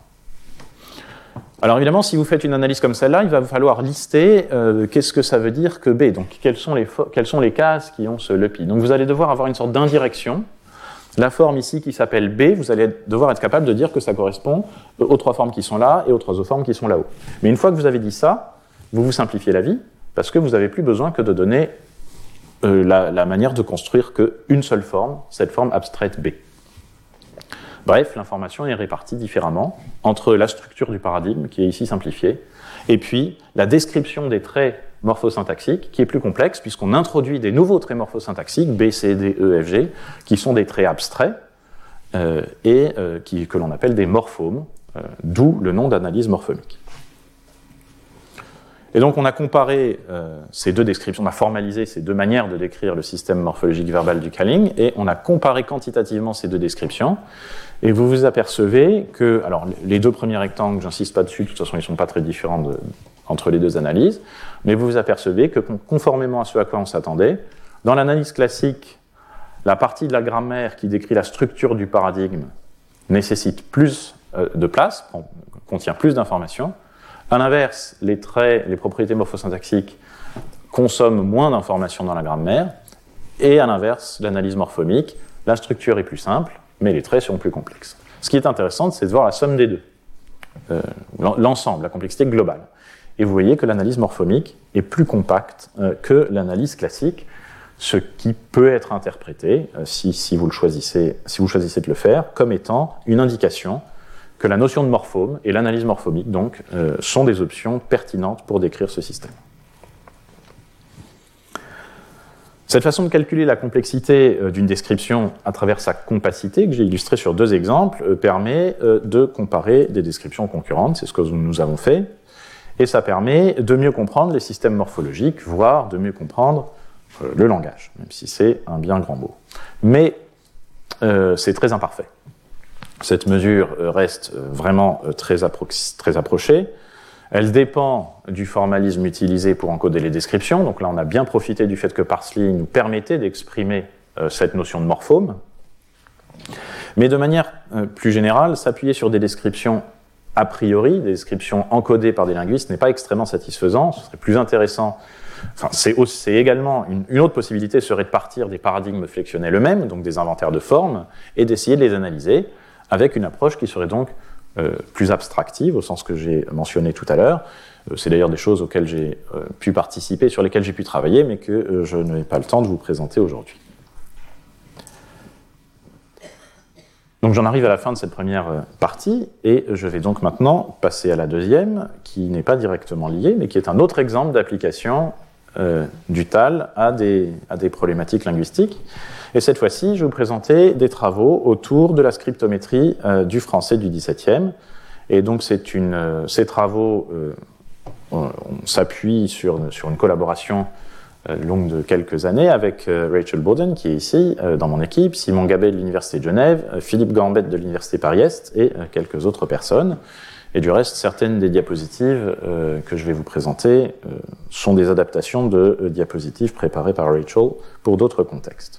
Alors évidemment, si vous faites une analyse comme celle-là, il va falloir lister euh, qu'est-ce que ça veut dire que B, donc quelles sont les, fo- quelles sont les cases qui ont ce L P I. Donc vous allez devoir avoir une sorte d'indirection. La forme ici qui s'appelle B, vous allez devoir être capable de dire que ça correspond aux trois formes qui sont là et aux trois autres formes qui sont là-haut. Mais une fois que vous avez dit ça, vous vous simplifiez la vie, parce que vous n'avez plus besoin que de donner euh, la, la manière de construire qu'une seule forme, cette forme abstraite B. Bref, l'information est répartie différemment entre la structure du paradigme, qui est ici simplifiée, et puis la description des traits morphosyntaxiques, qui est plus complexe, puisqu'on introduit des nouveaux traits morphosyntaxiques, B, C, D, E, F, G, qui sont des traits abstraits, euh, et euh, qui, que l'on appelle des morphomes, euh, d'où le nom d'analyse morphomique. Et donc on a comparé euh, ces deux descriptions, on a formalisé ces deux manières de décrire le système morphologique verbal du Calling, et on a comparé quantitativement ces deux descriptions, et vous vous apercevez que, alors les deux premiers rectangles, j'insiste pas dessus, de toute façon ils ne sont pas très différents de, entre les deux analyses, mais vous vous apercevez que conformément à ce à quoi on s'attendait, dans l'analyse classique, la partie de la grammaire qui décrit la structure du paradigme nécessite plus euh, de place, contient plus d'informations. À l'inverse, les traits, les propriétés morphosyntaxiques consomment moins d'informations dans la grammaire, et à l'inverse, l'analyse morphomique, la structure est plus simple, mais les traits sont plus complexes. Ce qui est intéressant, c'est de voir la somme des deux, euh, l'ensemble, la complexité globale. Et vous voyez que l'analyse morphomique est plus compacte euh, que l'analyse classique, ce qui peut être interprété, euh, si, si, vous le choisissez, si vous choisissez de le faire, comme étant une indication que la notion de morphome et l'analyse morphomique, donc, euh, sont des options pertinentes pour décrire ce système. Cette façon de calculer la complexité euh, d'une description à travers sa compacité, que j'ai illustrée sur deux exemples, euh, permet euh, de comparer des descriptions concurrentes, c'est ce que nous avons fait, et ça permet de mieux comprendre les systèmes morphologiques, voire de mieux comprendre euh, le langage, même si c'est un bien grand mot. Mais euh, c'est très imparfait. Cette mesure reste vraiment très, appro- très approchée. Elle dépend du formalisme utilisé pour encoder les descriptions. Donc là, on a bien profité du fait que Parsley nous permettait d'exprimer euh, cette notion de morphome. Mais de manière euh, plus générale, s'appuyer sur des descriptions a priori, des descriptions encodées par des linguistes n'est pas extrêmement satisfaisant. Ce serait plus intéressant. Enfin, c'est, aussi, c'est également une, une autre possibilité serait de partir des paradigmes flexionnels eux-mêmes, donc des inventaires de formes, et d'essayer de les analyser avec une approche qui serait donc euh, plus abstractive, au sens que j'ai mentionné tout à l'heure. Euh, c'est d'ailleurs des choses auxquelles j'ai euh, pu participer, sur lesquelles j'ai pu travailler, mais que euh, je n'ai pas le temps de vous présenter aujourd'hui. Donc j'en arrive à la fin de cette première partie, et je vais donc maintenant passer à la deuxième, qui n'est pas directement liée, mais qui est un autre exemple d'application euh, du T A L à des, à des problématiques linguistiques. Et cette fois-ci, je vais vous présenter des travaux autour de la scriptométrie euh, du français du dix-septième. Et donc c'est une, euh, ces travaux, euh, on, on s'appuie sur, sur une collaboration longue de quelques années, avec euh, Rachel Bowden, qui est ici, euh, dans mon équipe, Simon Gabet de l'Université de Genève, euh, Philippe Gambet de l'Université Paris-Est, et euh, quelques autres personnes. Et du reste, certaines des diapositives euh, que je vais vous présenter euh, sont des adaptations de euh, diapositives préparées par Rachel pour d'autres contextes.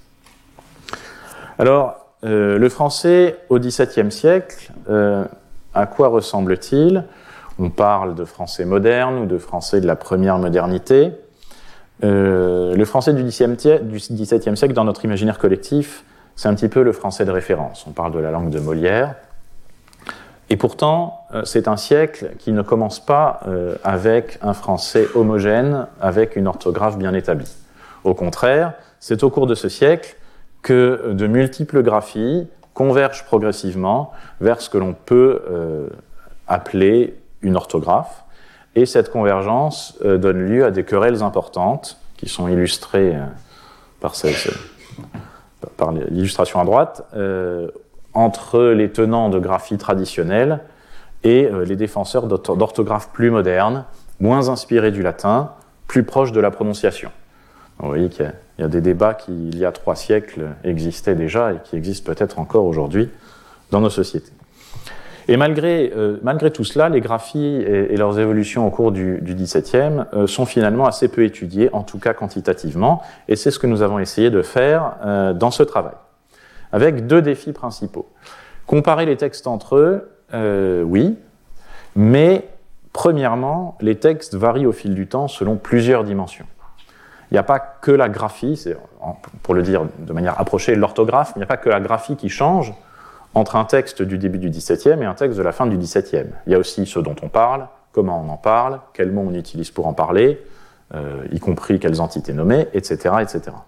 Alors, euh, le français au dix-septième siècle, euh, à quoi ressemble-t-il ? On parle de français moderne ou de français de la première modernité. Euh, le français du dix-septième siècle, dans notre imaginaire collectif, c'est un petit peu le français de référence. On parle de la langue de Molière. Et pourtant, euh, c'est un siècle qui ne commence pas euh, avec un français homogène, avec une orthographe bien établie. Au contraire, c'est au cours de ce siècle que de multiples graphies convergent progressivement vers ce que l'on peut euh, appeler une orthographe. Et cette convergence euh, donne lieu à des querelles importantes, qui sont illustrées euh, par, cette, par l'illustration à droite, euh, entre les tenants de graphie traditionnelle et euh, les défenseurs d'orthographe plus moderne, moins inspirés du latin, plus proches de la prononciation. Donc, vous voyez qu'il y a, il y a des débats qui, il y a trois siècles, existaient déjà et qui existent peut-être encore aujourd'hui dans nos sociétés. Et malgré, euh, malgré tout cela, les graphies et, et leurs évolutions au cours du, du dix-septième euh, sont finalement assez peu étudiées, en tout cas quantitativement, et c'est ce que nous avons essayé de faire euh, dans ce travail, avec deux défis principaux. Comparer les textes entre eux, euh, oui, mais premièrement, les textes varient au fil du temps selon plusieurs dimensions. Il n'y a pas que la graphie, c'est, pour le dire de manière approchée, l'orthographe, il n'y a pas que la graphie qui change entre un texte du début du dix-septième et un texte de la fin du dix-septième. Il y a aussi ce dont on parle, comment on en parle, quels mots on utilise pour en parler, euh, y compris quelles entités nommer, et cetera, et cetera.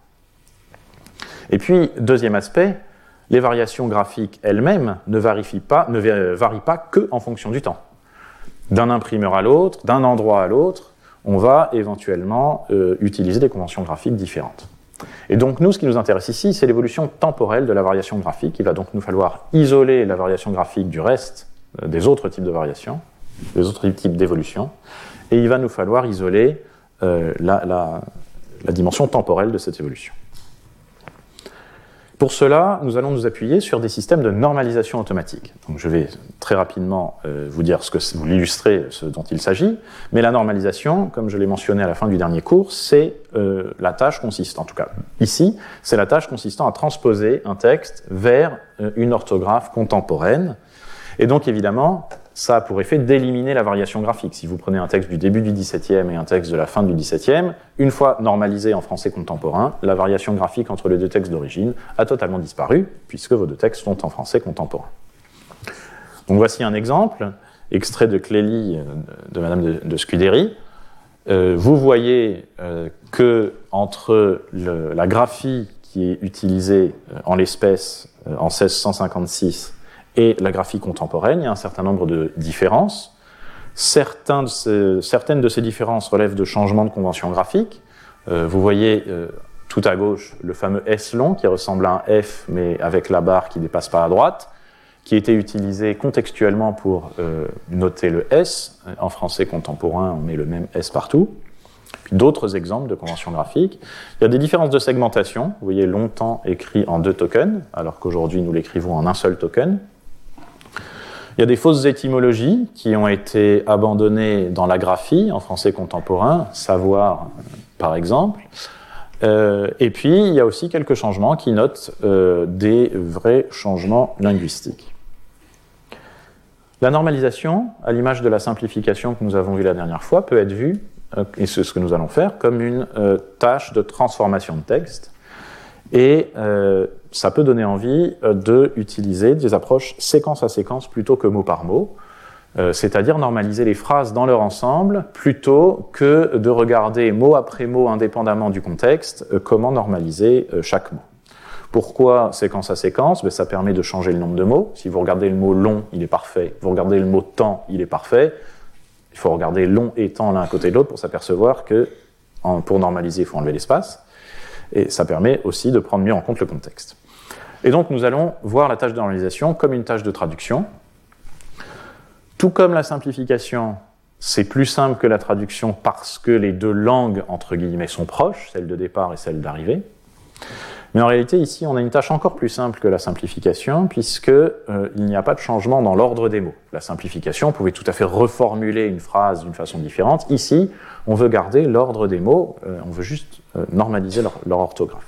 Et puis, deuxième aspect, les variations graphiques elles-mêmes ne varient pas, ne varient pas que en fonction du temps. D'un imprimeur à l'autre, d'un endroit à l'autre, on va éventuellement euh, utiliser des conventions graphiques différentes. Et donc nous, ce qui nous intéresse ici, c'est l'évolution temporelle de la variation graphique. Il va donc nous falloir isoler la variation graphique du reste euh, des autres types de variations, des autres types d'évolution, et il va nous falloir isoler euh, la, la, la dimension temporelle de cette évolution. Pour cela, nous allons nous appuyer sur des systèmes de normalisation automatique. Donc je vais très rapidement euh, vous dire ce que vous l'illustrer ce dont il s'agit, mais la normalisation, comme je l'ai mentionné à la fin du dernier cours, c'est euh, la tâche consistant, en tout cas ici, c'est la tâche consistant à transposer un texte vers euh, une orthographe contemporaine. Et donc évidemment, ça a pour effet d'éliminer la variation graphique. Si vous prenez un texte du début du dix-septième et un texte de la fin du dix-septième, une fois normalisé en français contemporain, la variation graphique entre les deux textes d'origine a totalement disparu, puisque vos deux textes sont en français contemporain. Donc voici un exemple, extrait de Clélie de Madame de, de Scudéry. Euh, vous voyez euh, que entre le, la graphie qui est utilisée en l'espèce euh, en seize cent cinquante-six et la graphie contemporaine, il y a un certain nombre de différences. Certains de ces, certaines de ces différences relèvent de changements de convention graphique. Euh, vous voyez euh, tout à gauche le fameux S long qui ressemble à un F mais avec la barre qui ne dépasse pas à droite, qui était utilisé contextuellement pour euh, noter le S. En français contemporain, on met le même S partout. Puis d'autres exemples de convention graphique. Il y a des différences de segmentation. Vous voyez longtemps écrit en deux tokens, alors qu'aujourd'hui nous l'écrivons en un seul token. Il y a des fausses étymologies qui ont été abandonnées dans la graphie, en français contemporain, savoir par exemple. Euh, et puis, il y a aussi quelques changements qui notent euh, des vrais changements linguistiques. La normalisation, à l'image de la simplification que nous avons vue la dernière fois, peut être vue, euh, et c'est ce que nous allons faire, comme une euh, tâche de transformation de texte. Et euh, ça peut donner envie euh, d'utiliser des approches séquence à séquence plutôt que mot par mot, euh, c'est-à-dire normaliser les phrases dans leur ensemble plutôt que de regarder mot après mot indépendamment du contexte euh, comment normaliser euh, chaque mot. Pourquoi séquence à séquence? Ben, ça permet de changer le nombre de mots. Si vous regardez le mot long, il est parfait. Vous regardez le mot temps, il est parfait. Il faut regarder long et temps l'un à côté de l'autre pour s'apercevoir que en, pour normaliser, il faut enlever l'espace. Et ça permet aussi de prendre mieux en compte le contexte. Et donc nous allons voir la tâche de normalisation comme une tâche de traduction. Tout comme la simplification, c'est plus simple que la traduction parce que les deux langues, entre guillemets, sont proches, celle de départ et celle d'arrivée. Mais en réalité, ici, on a une tâche encore plus simple que la simplification, puisqu'il euh, n'y a pas de changement dans l'ordre des mots. La simplification, on pouvait tout à fait reformuler une phrase d'une façon différente. Ici, on veut garder l'ordre des mots, euh, on veut juste euh, normaliser leur, leur orthographe.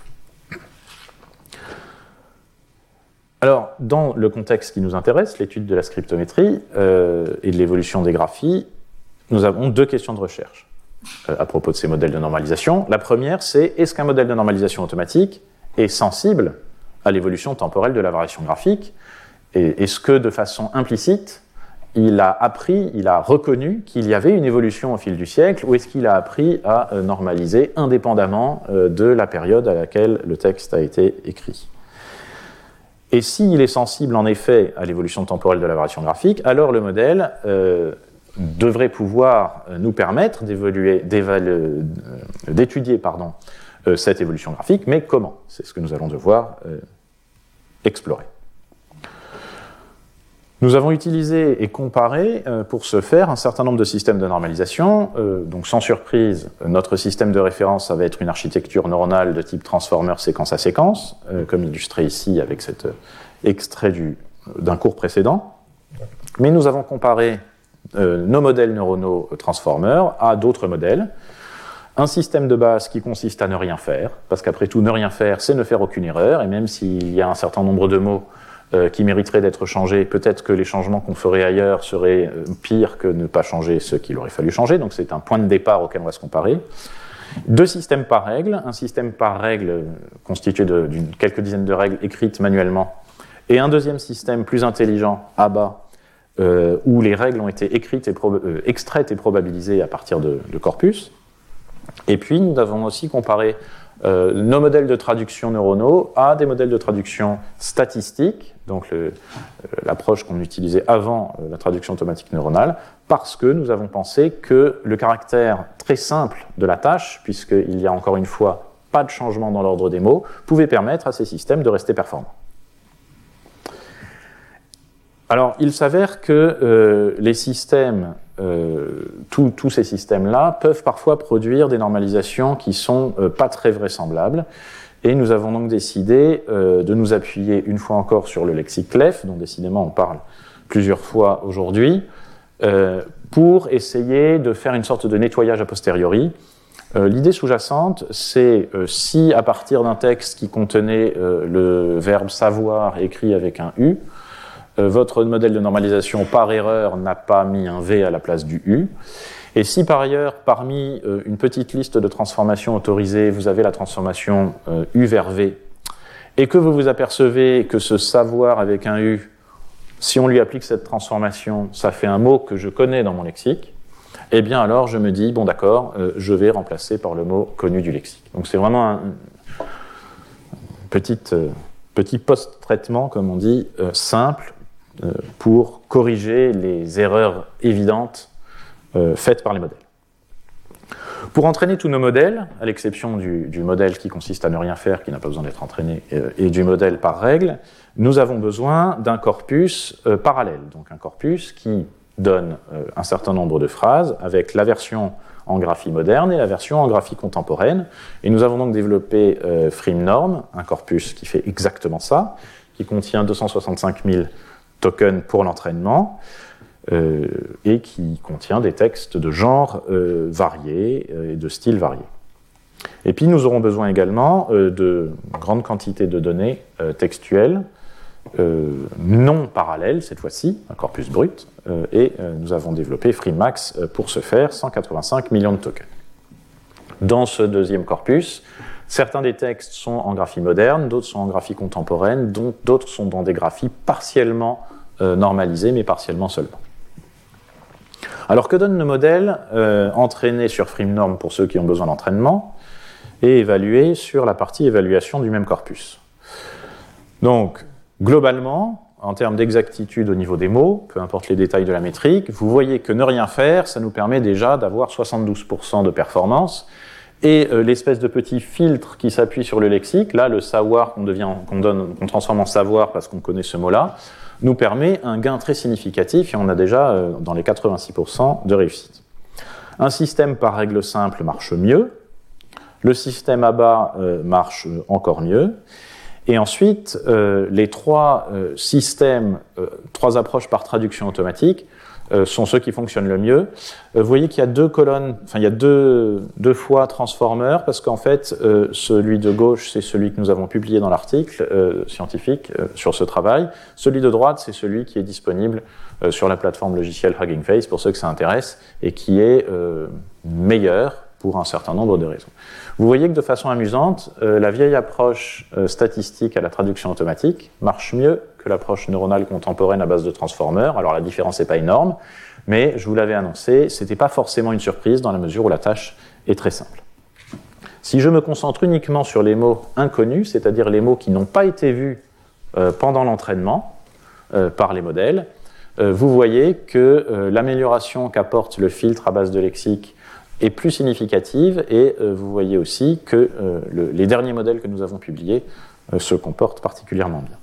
Alors, dans le contexte qui nous intéresse, l'étude de la scriptométrie euh, et de l'évolution des graphies, nous avons deux questions de recherche euh, à propos de ces modèles de normalisation. La première, c'est est-ce qu'un modèle de normalisation automatique est sensible à l'évolution temporelle de la variation graphique? Et est-ce que, de façon implicite, il a appris, il a reconnu qu'il y avait une évolution au fil du siècle, ou est-ce qu'il a appris à euh, normaliser indépendamment euh, de la période à laquelle le texte a été écrit? Et s'il est sensible en effet à l'évolution temporelle de la variation graphique, alors le modèle euh, devrait pouvoir nous permettre d'évaluer, d'évaluer, d'étudier pardon, euh, cette évolution graphique, mais comment? C'est ce que nous allons devoir euh, explorer. Nous avons utilisé et comparé euh, pour ce faire un certain nombre de systèmes de normalisation. Euh, donc sans surprise, notre système de référence, ça va être une architecture neuronale de type transformer séquence à séquence, euh, comme illustré ici avec cet euh, extrait du, d'un cours précédent. Mais nous avons comparé euh, nos modèles neuronaux transformers à d'autres modèles. Un système de base qui consiste à ne rien faire, parce qu'après tout, ne rien faire, c'est ne faire aucune erreur, et même s'il y a un certain nombre de mots euh, qui mériteraient d'être changés, peut-être que les changements qu'on ferait ailleurs seraient euh, pires que ne pas changer ce qu'il aurait fallu changer, donc c'est un point de départ auquel on va se comparer. Deux systèmes par règle, un système par règle constitué de d'une, quelques dizaines de règles écrites manuellement, et un deuxième système plus intelligent, A B A, euh, où les règles ont été écrites et proba- euh, extraites et probabilisées à partir de, de corpus. Et puis, nous avons aussi comparé euh, nos modèles de traduction neuronaux à des modèles de traduction statistiques, donc le, euh, l'approche qu'on utilisait avant euh, la traduction automatique neuronale, parce que nous avons pensé que le caractère très simple de la tâche, puisqu'il y a encore une fois pas de changement dans l'ordre des mots, pouvait permettre à ces systèmes de rester performants. Alors, il s'avère que euh, les systèmes, euh, tous, tous ces systèmes-là, peuvent parfois produire des normalisations qui sont euh, pas très vraisemblables. Et nous avons donc décidé euh, de nous appuyer une fois encore sur le lexique Clef, dont décidément on parle plusieurs fois aujourd'hui, euh, pour essayer de faire une sorte de nettoyage a posteriori. Euh, l'idée sous-jacente, c'est euh, si à partir d'un texte qui contenait euh, le verbe savoir écrit avec un U, Euh, votre modèle de normalisation, par erreur, n'a pas mis un V à la place du U. Et si, par ailleurs, parmi euh, une petite liste de transformations autorisées, vous avez la transformation euh, U vers V, et que vous vous apercevez que ce savoir avec un U, si on lui applique cette transformation, ça fait un mot que je connais dans mon lexique, eh bien alors je me dis, bon d'accord, euh, je vais remplacer par le mot connu du lexique. Donc c'est vraiment un, un petit, euh, petit post-traitement, comme on dit, euh, simple, pour corriger les erreurs évidentes euh, faites par les modèles. Pour entraîner tous nos modèles, à l'exception du, du modèle qui consiste à ne rien faire, qui n'a pas besoin d'être entraîné, euh, et du modèle par règle, nous avons besoin d'un corpus euh, parallèle, donc un corpus qui donne euh, un certain nombre de phrases avec la version en graphie moderne et la version en graphie contemporaine. Et nous avons donc développé euh, FreeNorm, un corpus qui fait exactement ça, qui contient deux cent soixante-cinq mille token pour l'entraînement euh, et qui contient des textes de genre euh, variés euh, et de styles variés. Et puis nous aurons besoin également euh, de grandes quantités de données euh, textuelles euh, non parallèle, cette fois-ci, un corpus brut, euh, et euh, nous avons développé FreeMax euh, pour ce faire, cent quatre-vingt-cinq millions de tokens. Dans ce deuxième corpus, certains des textes sont en graphie moderne, d'autres sont en graphie contemporaine, d'autres sont dans des graphies partiellement euh, normalisées, mais partiellement seulement. Alors que donne le modèle euh, entraîné sur FreeNorm pour ceux qui ont besoin d'entraînement et évalué sur la partie évaluation du même corpus? Donc, globalement, en termes d'exactitude au niveau des mots, peu importe les détails de la métrique, vous voyez que ne rien faire, ça nous permet déjà d'avoir soixante-douze pour cent de performance. Et euh, l'espèce de petit filtre qui s'appuie sur le lexique, là, le savoir qu'on devient, qu'on donne, qu'on transforme en savoir parce qu'on connaît ce mot-là, nous permet un gain très significatif et on a déjà euh, dans les quatre-vingt-six pour cent de réussite. Un système par règle simple marche mieux, le système à bas euh, marche encore mieux, et ensuite euh, les trois euh, systèmes, euh, trois approches par traduction automatique euh, sont ceux qui fonctionnent le mieux. Euh, vous voyez qu'il y a deux colonnes, enfin il y a deux, deux fois transformer, parce qu'en fait euh, celui de gauche c'est celui que nous avons publié dans l'article euh, scientifique euh, sur ce travail, celui de droite c'est celui qui est disponible euh, sur la plateforme logicielle Hugging Face pour ceux que ça intéresse et qui est euh, meilleur pour un certain nombre de raisons. Vous voyez que de façon amusante, euh, la vieille approche euh, statistique à la traduction automatique marche mieux que l'approche neuronale contemporaine à base de transformers. Alors la différence n'est pas énorme, mais je vous l'avais annoncé, ce n'était pas forcément une surprise dans la mesure où la tâche est très simple. Si je me concentre uniquement sur les mots inconnus, c'est-à-dire les mots qui n'ont pas été vus euh, pendant l'entraînement euh, par les modèles, euh, vous voyez que euh, l'amélioration qu'apporte le filtre à base de lexique est plus significative et euh, vous voyez aussi que euh, le, les derniers modèles que nous avons publiés euh, se comportent particulièrement bien.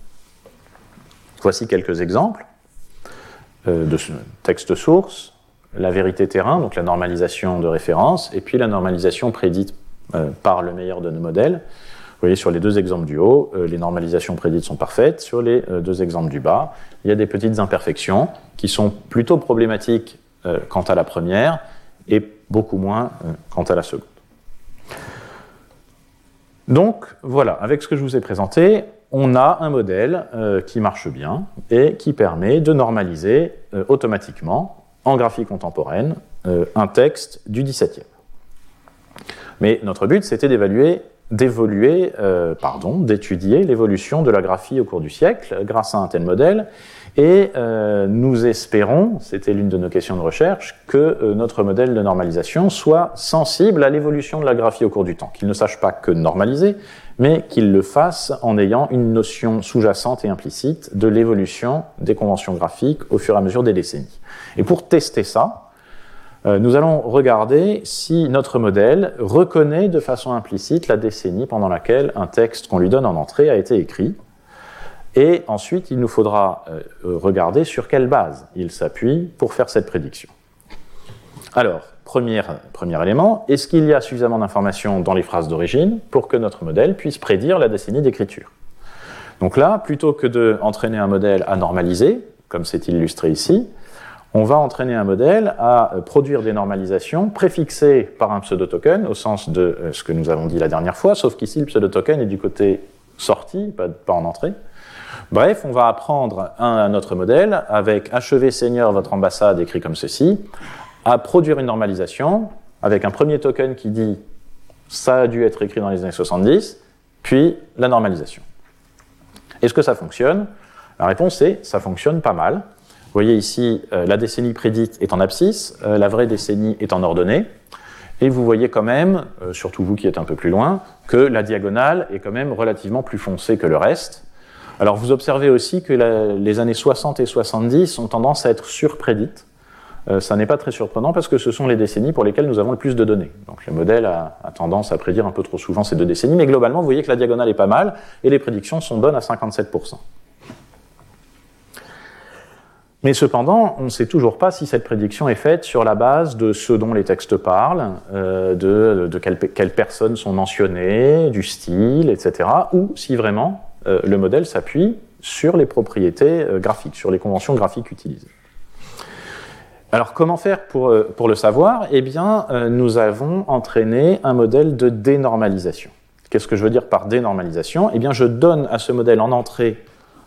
Voici quelques exemples euh, de texte source, la vérité terrain, donc la normalisation de référence, et puis la normalisation prédite euh, par le meilleur de nos modèles. Vous voyez sur les deux exemples du haut, euh, les normalisations prédites sont parfaites. Sur les euh, deux exemples du bas, il y a des petites imperfections qui sont plutôt problématiques euh, quant à la première, et beaucoup moins euh, quant à la seconde. Donc, voilà, avec ce que je vous ai présenté, on a un modèle euh, qui marche bien et qui permet de normaliser euh, automatiquement, en graphie contemporaine, euh, un texte du dix-septième. Mais notre but, c'était d'évaluer, d'évoluer, euh, pardon, d'étudier l'évolution de la graphie au cours du siècle grâce à un tel modèle. Et euh, nous espérons, c'était l'une de nos questions de recherche, que euh, notre modèle de normalisation soit sensible à l'évolution de la graphie au cours du temps, qu'il ne sache pas que normaliser, mais qu'il le fasse en ayant une notion sous-jacente et implicite de l'évolution des conventions graphiques au fur et à mesure des décennies. Et pour tester ça, euh, nous allons regarder si notre modèle reconnaît de façon implicite la décennie pendant laquelle un texte qu'on lui donne en entrée a été écrit. Et ensuite, il nous faudra euh, regarder sur quelle base il s'appuie pour faire cette prédiction. Alors, premier, premier élément, est-ce qu'il y a suffisamment d'informations dans les phrases d'origine pour que notre modèle puisse prédire la décennie d'écriture? Donc là, plutôt que d'entraîner un modèle à normaliser, comme c'est illustré ici, on va entraîner un modèle à produire des normalisations préfixées par un pseudo-token, au sens de euh, ce que nous avons dit la dernière fois, sauf qu'ici, le pseudo-token est du côté sortie, pas, pas en entrée. Bref, on va apprendre un, à notre modèle, avec achevé Seigneur, votre ambassade, écrit comme ceci, à produire une normalisation, avec un premier token qui dit « ça a dû être écrit dans les années soixante-dix », puis la normalisation. Est-ce que ça fonctionne? La réponse est « ça fonctionne pas mal ». Vous voyez ici, euh, la décennie prédite est en abscisse, euh, la vraie décennie est en ordonnée, et vous voyez quand même, euh, surtout vous qui êtes un peu plus loin, que la diagonale est quand même relativement plus foncée que le reste. Alors vous observez aussi que la, les années soixante et soixante-dix ont tendance à être surprédites. Euh, ça n'est pas très surprenant parce que ce sont les décennies pour lesquelles nous avons le plus de données. Donc le modèle a, a tendance à prédire un peu trop souvent ces deux décennies, mais globalement vous voyez que la diagonale est pas mal et les prédictions sont bonnes à cinquante-sept pour cent. Mais cependant, on ne sait toujours pas si cette prédiction est faite sur la base de ce dont les textes parlent, euh, de, de quelles, quelles personnes sont mentionnées, du style, et cetera, ou si vraiment euh, le modèle s'appuie sur les propriétés euh, graphiques, sur les conventions graphiques utilisées. Alors, comment faire pour, euh, pour le savoir? Eh bien, euh, nous avons entraîné un modèle de dénormalisation. Qu'est-ce que je veux dire par dénormalisation? Eh bien, je donne à ce modèle en entrée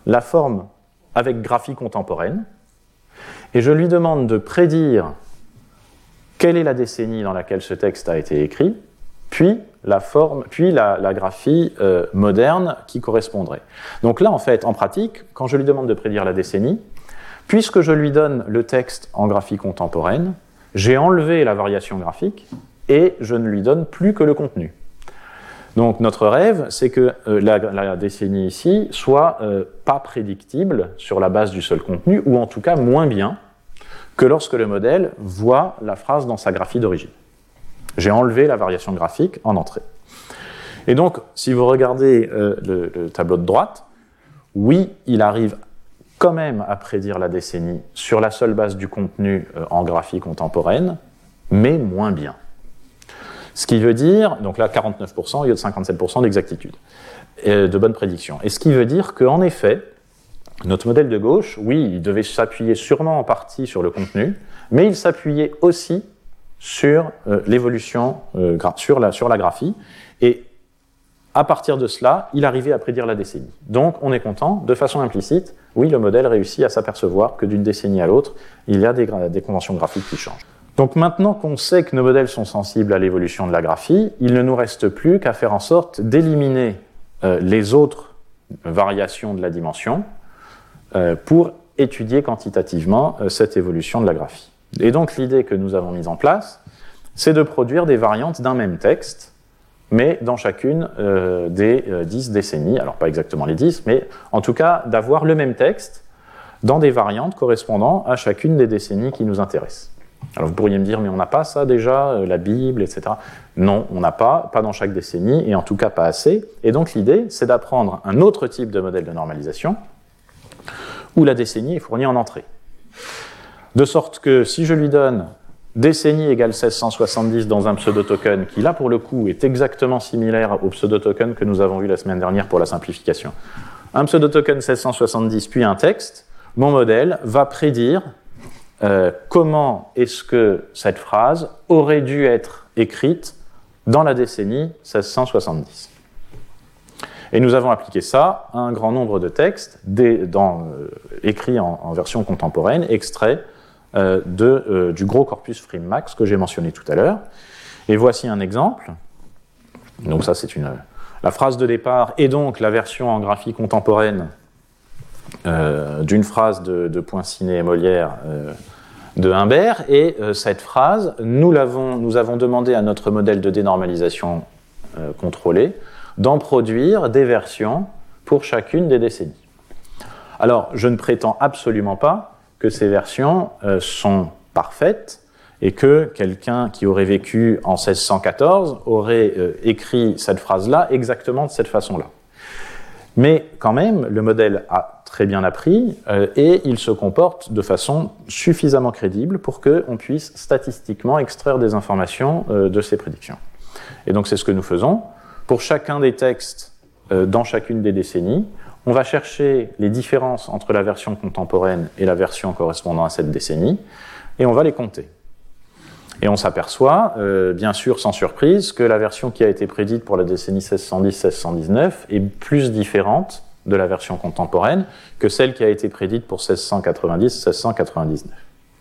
la forme avec graphie contemporaine, et je lui demande de prédire quelle est la décennie dans laquelle ce texte a été écrit, puis la forme, puis la, la graphie euh, moderne qui correspondrait. Donc là, en fait, en pratique, quand je lui demande de prédire la décennie, puisque je lui donne le texte en graphie contemporaine, j'ai enlevé la variation graphique et je ne lui donne plus que le contenu. Donc notre rêve, c'est que euh, la, la décennie ici soit euh, pas prédictible sur la base du seul contenu, ou en tout cas moins bien que lorsque le modèle voit la phrase dans sa graphie d'origine. J'ai enlevé la variation graphique en entrée. Et donc, si vous regardez euh, le, le tableau de droite, oui, il arrive quand même à prédire la décennie sur la seule base du contenu euh, en graphie contemporaine, mais moins bien. Ce qui veut dire, donc là quarante-neuf pour cent au lieu de cinquante-sept pour cent d'exactitude, euh, de bonne prédiction. Et ce qui veut dire qu'en effet, notre modèle de gauche, oui, il devait s'appuyer sûrement en partie sur le contenu, mais il s'appuyait aussi sur euh, l'évolution, euh, gra- sur, la, sur la graphie, et à partir de cela, il arrivait à prédire la décennie. Donc on est content, de façon implicite, oui, le modèle réussit à s'apercevoir que d'une décennie à l'autre, il y a des, gra- des conventions graphiques qui changent. Donc maintenant qu'on sait que nos modèles sont sensibles à l'évolution de la graphie, il ne nous reste plus qu'à faire en sorte d'éliminer euh, les autres variations de la dimension euh, pour étudier quantitativement euh, cette évolution de la graphie. Et donc l'idée que nous avons mise en place, c'est de produire des variantes d'un même texte, mais dans chacune euh, des euh, dix décennies, alors pas exactement les dix, mais en tout cas d'avoir le même texte dans des variantes correspondant à chacune des décennies qui nous intéressent. Alors vous pourriez me dire, mais on n'a pas ça déjà, euh, la Bible, et cetera. Non, on n'a pas, pas dans chaque décennie, et en tout cas pas assez. Et donc l'idée, c'est d'apprendre un autre type de modèle de normalisation, où la décennie est fournie en entrée. De sorte que si je lui donne décennie égale seize cent soixante-dix dans un pseudo-token, qui là pour le coup est exactement similaire au pseudo-token que nous avons vu la semaine dernière pour la simplification, un pseudo-token seize cent soixante-dix puis un texte, mon modèle va prédire euh, comment est-ce que cette phrase aurait dû être écrite dans la décennie seize cent soixante-dix. Et nous avons appliqué ça à un grand nombre de textes des, dans, euh, écrits en, en version contemporaine, extraits euh, de, euh, du gros corpus FreeMax que j'ai mentionné tout à l'heure. Et voici un exemple. Donc ça, c'est une, la phrase de départ et donc la version en graphie contemporaine euh, d'une phrase de, de Poinçonnet et Molière euh, de Humbert. Et euh, cette phrase, nous, l'avons, nous avons demandé à notre modèle de dénormalisation euh, contrôlé d'en produire des versions pour chacune des décennies. Alors, je ne prétends absolument pas que ces versions euh, sont parfaites et que quelqu'un qui aurait vécu en seize cent quatorze aurait euh, écrit cette phrase-là exactement de cette façon-là. Mais quand même, le modèle a très bien appris euh, et il se comporte de façon suffisamment crédible pour qu'on puisse statistiquement extraire des informations euh, de ces prédictions. Et donc c'est ce que nous faisons. Pour chacun des textes euh, dans chacune des décennies, on va chercher les différences entre la version contemporaine et la version correspondant à cette décennie, et on va les compter. Et on s'aperçoit, euh, bien sûr sans surprise, que la version qui a été prédite pour la décennie seize cent dix seize cent dix-neuf est plus différente de la version contemporaine que celle qui a été prédite pour seize cent quatre-vingt-dix seize cent quatre-vingt-dix-neuf.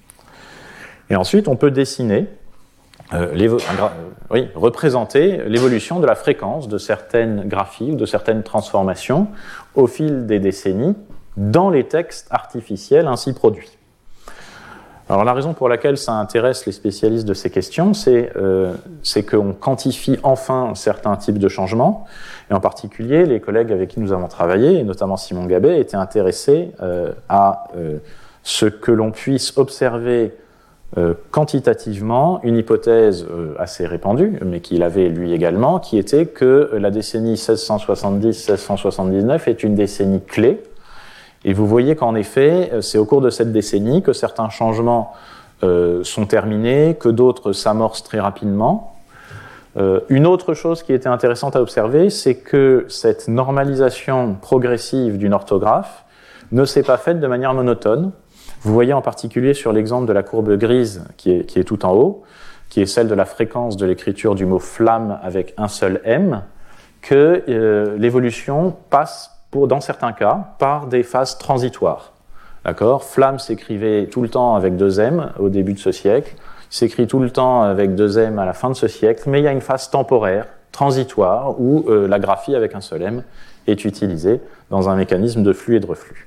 Et ensuite, on peut dessiner Euh, euh, oui, représenter l'évolution de la fréquence de certaines graphies ou de certaines transformations au fil des décennies dans les textes artificiels ainsi produits. Alors la raison pour laquelle ça intéresse les spécialistes de ces questions, c'est, euh, c'est qu'on quantifie enfin certains types de changements, et en particulier les collègues avec qui nous avons travaillé, et notamment Simon Gabet, étaient intéressés euh, à euh, ce que l'on puisse observer Euh, quantitativement une hypothèse euh, assez répandue, mais qu'il avait lui également, qui était que la décennie seize cent soixante-dix seize cent soixante-dix-neuf est une décennie clé. Et vous voyez qu'en effet, c'est au cours de cette décennie que certains changements euh, sont terminés, que d'autres s'amorcent très rapidement. Euh, une autre chose qui était intéressante à observer, c'est que cette normalisation progressive d'une orthographe ne s'est pas faite de manière monotone. Vous voyez en particulier sur l'exemple de la courbe grise qui est, qui est tout en haut, qui est celle de la fréquence de l'écriture du mot flamme avec un seul M, que euh, l'évolution passe pour, dans certains cas, par des phases transitoires. D'accord ? Flamme s'écrivait tout le temps avec deux M au début de ce siècle, il s'écrit tout le temps avec deux M à la fin de ce siècle, mais il y a une phase temporaire, transitoire, où euh, la graphie avec un seul M est utilisée dans un mécanisme de flux et de reflux.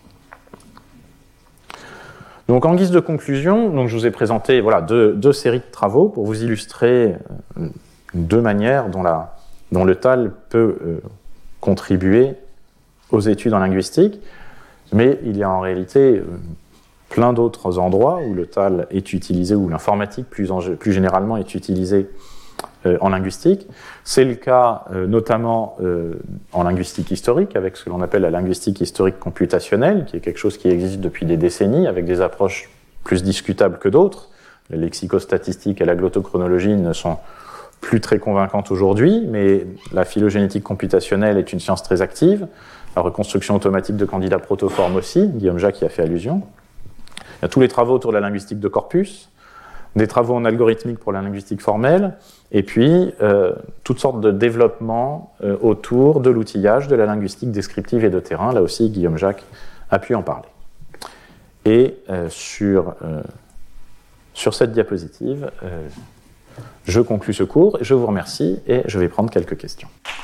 Donc en guise de conclusion, donc je vous ai présenté voilà, deux, deux séries de travaux pour vous illustrer euh, deux manières dont, la, dont le T A L peut euh, contribuer aux études en linguistique, mais il y a en réalité euh, plein d'autres endroits où le T A L est utilisé, où l'informatique plus, en, plus généralement est utilisée euh, en linguistique. C'est le cas euh, notamment euh, en linguistique historique, avec ce que l'on appelle la linguistique historique computationnelle, qui est quelque chose qui existe depuis des décennies, avec des approches plus discutables que d'autres. La lexicostatistique et la glottochronologie ne sont plus très convaincantes aujourd'hui, mais la phylogénétique computationnelle est une science très active. La reconstruction automatique de candidats protoformes aussi, Guillaume Jacques y a fait allusion. Il y a tous les travaux autour de la linguistique de corpus, des travaux en algorithmique pour la linguistique formelle, et puis euh, toutes sortes de développements euh, autour de l'outillage de la linguistique descriptive et de terrain. Là aussi, Guillaume Jacques a pu en parler. Et euh, sur, euh, sur cette diapositive, euh, je conclus ce cours, je vous remercie et je vais prendre quelques questions.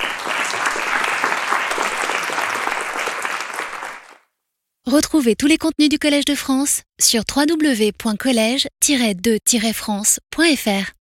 Retrouvez tous les contenus du Collège de France sur w w w point collège tiret de tiret france point f r.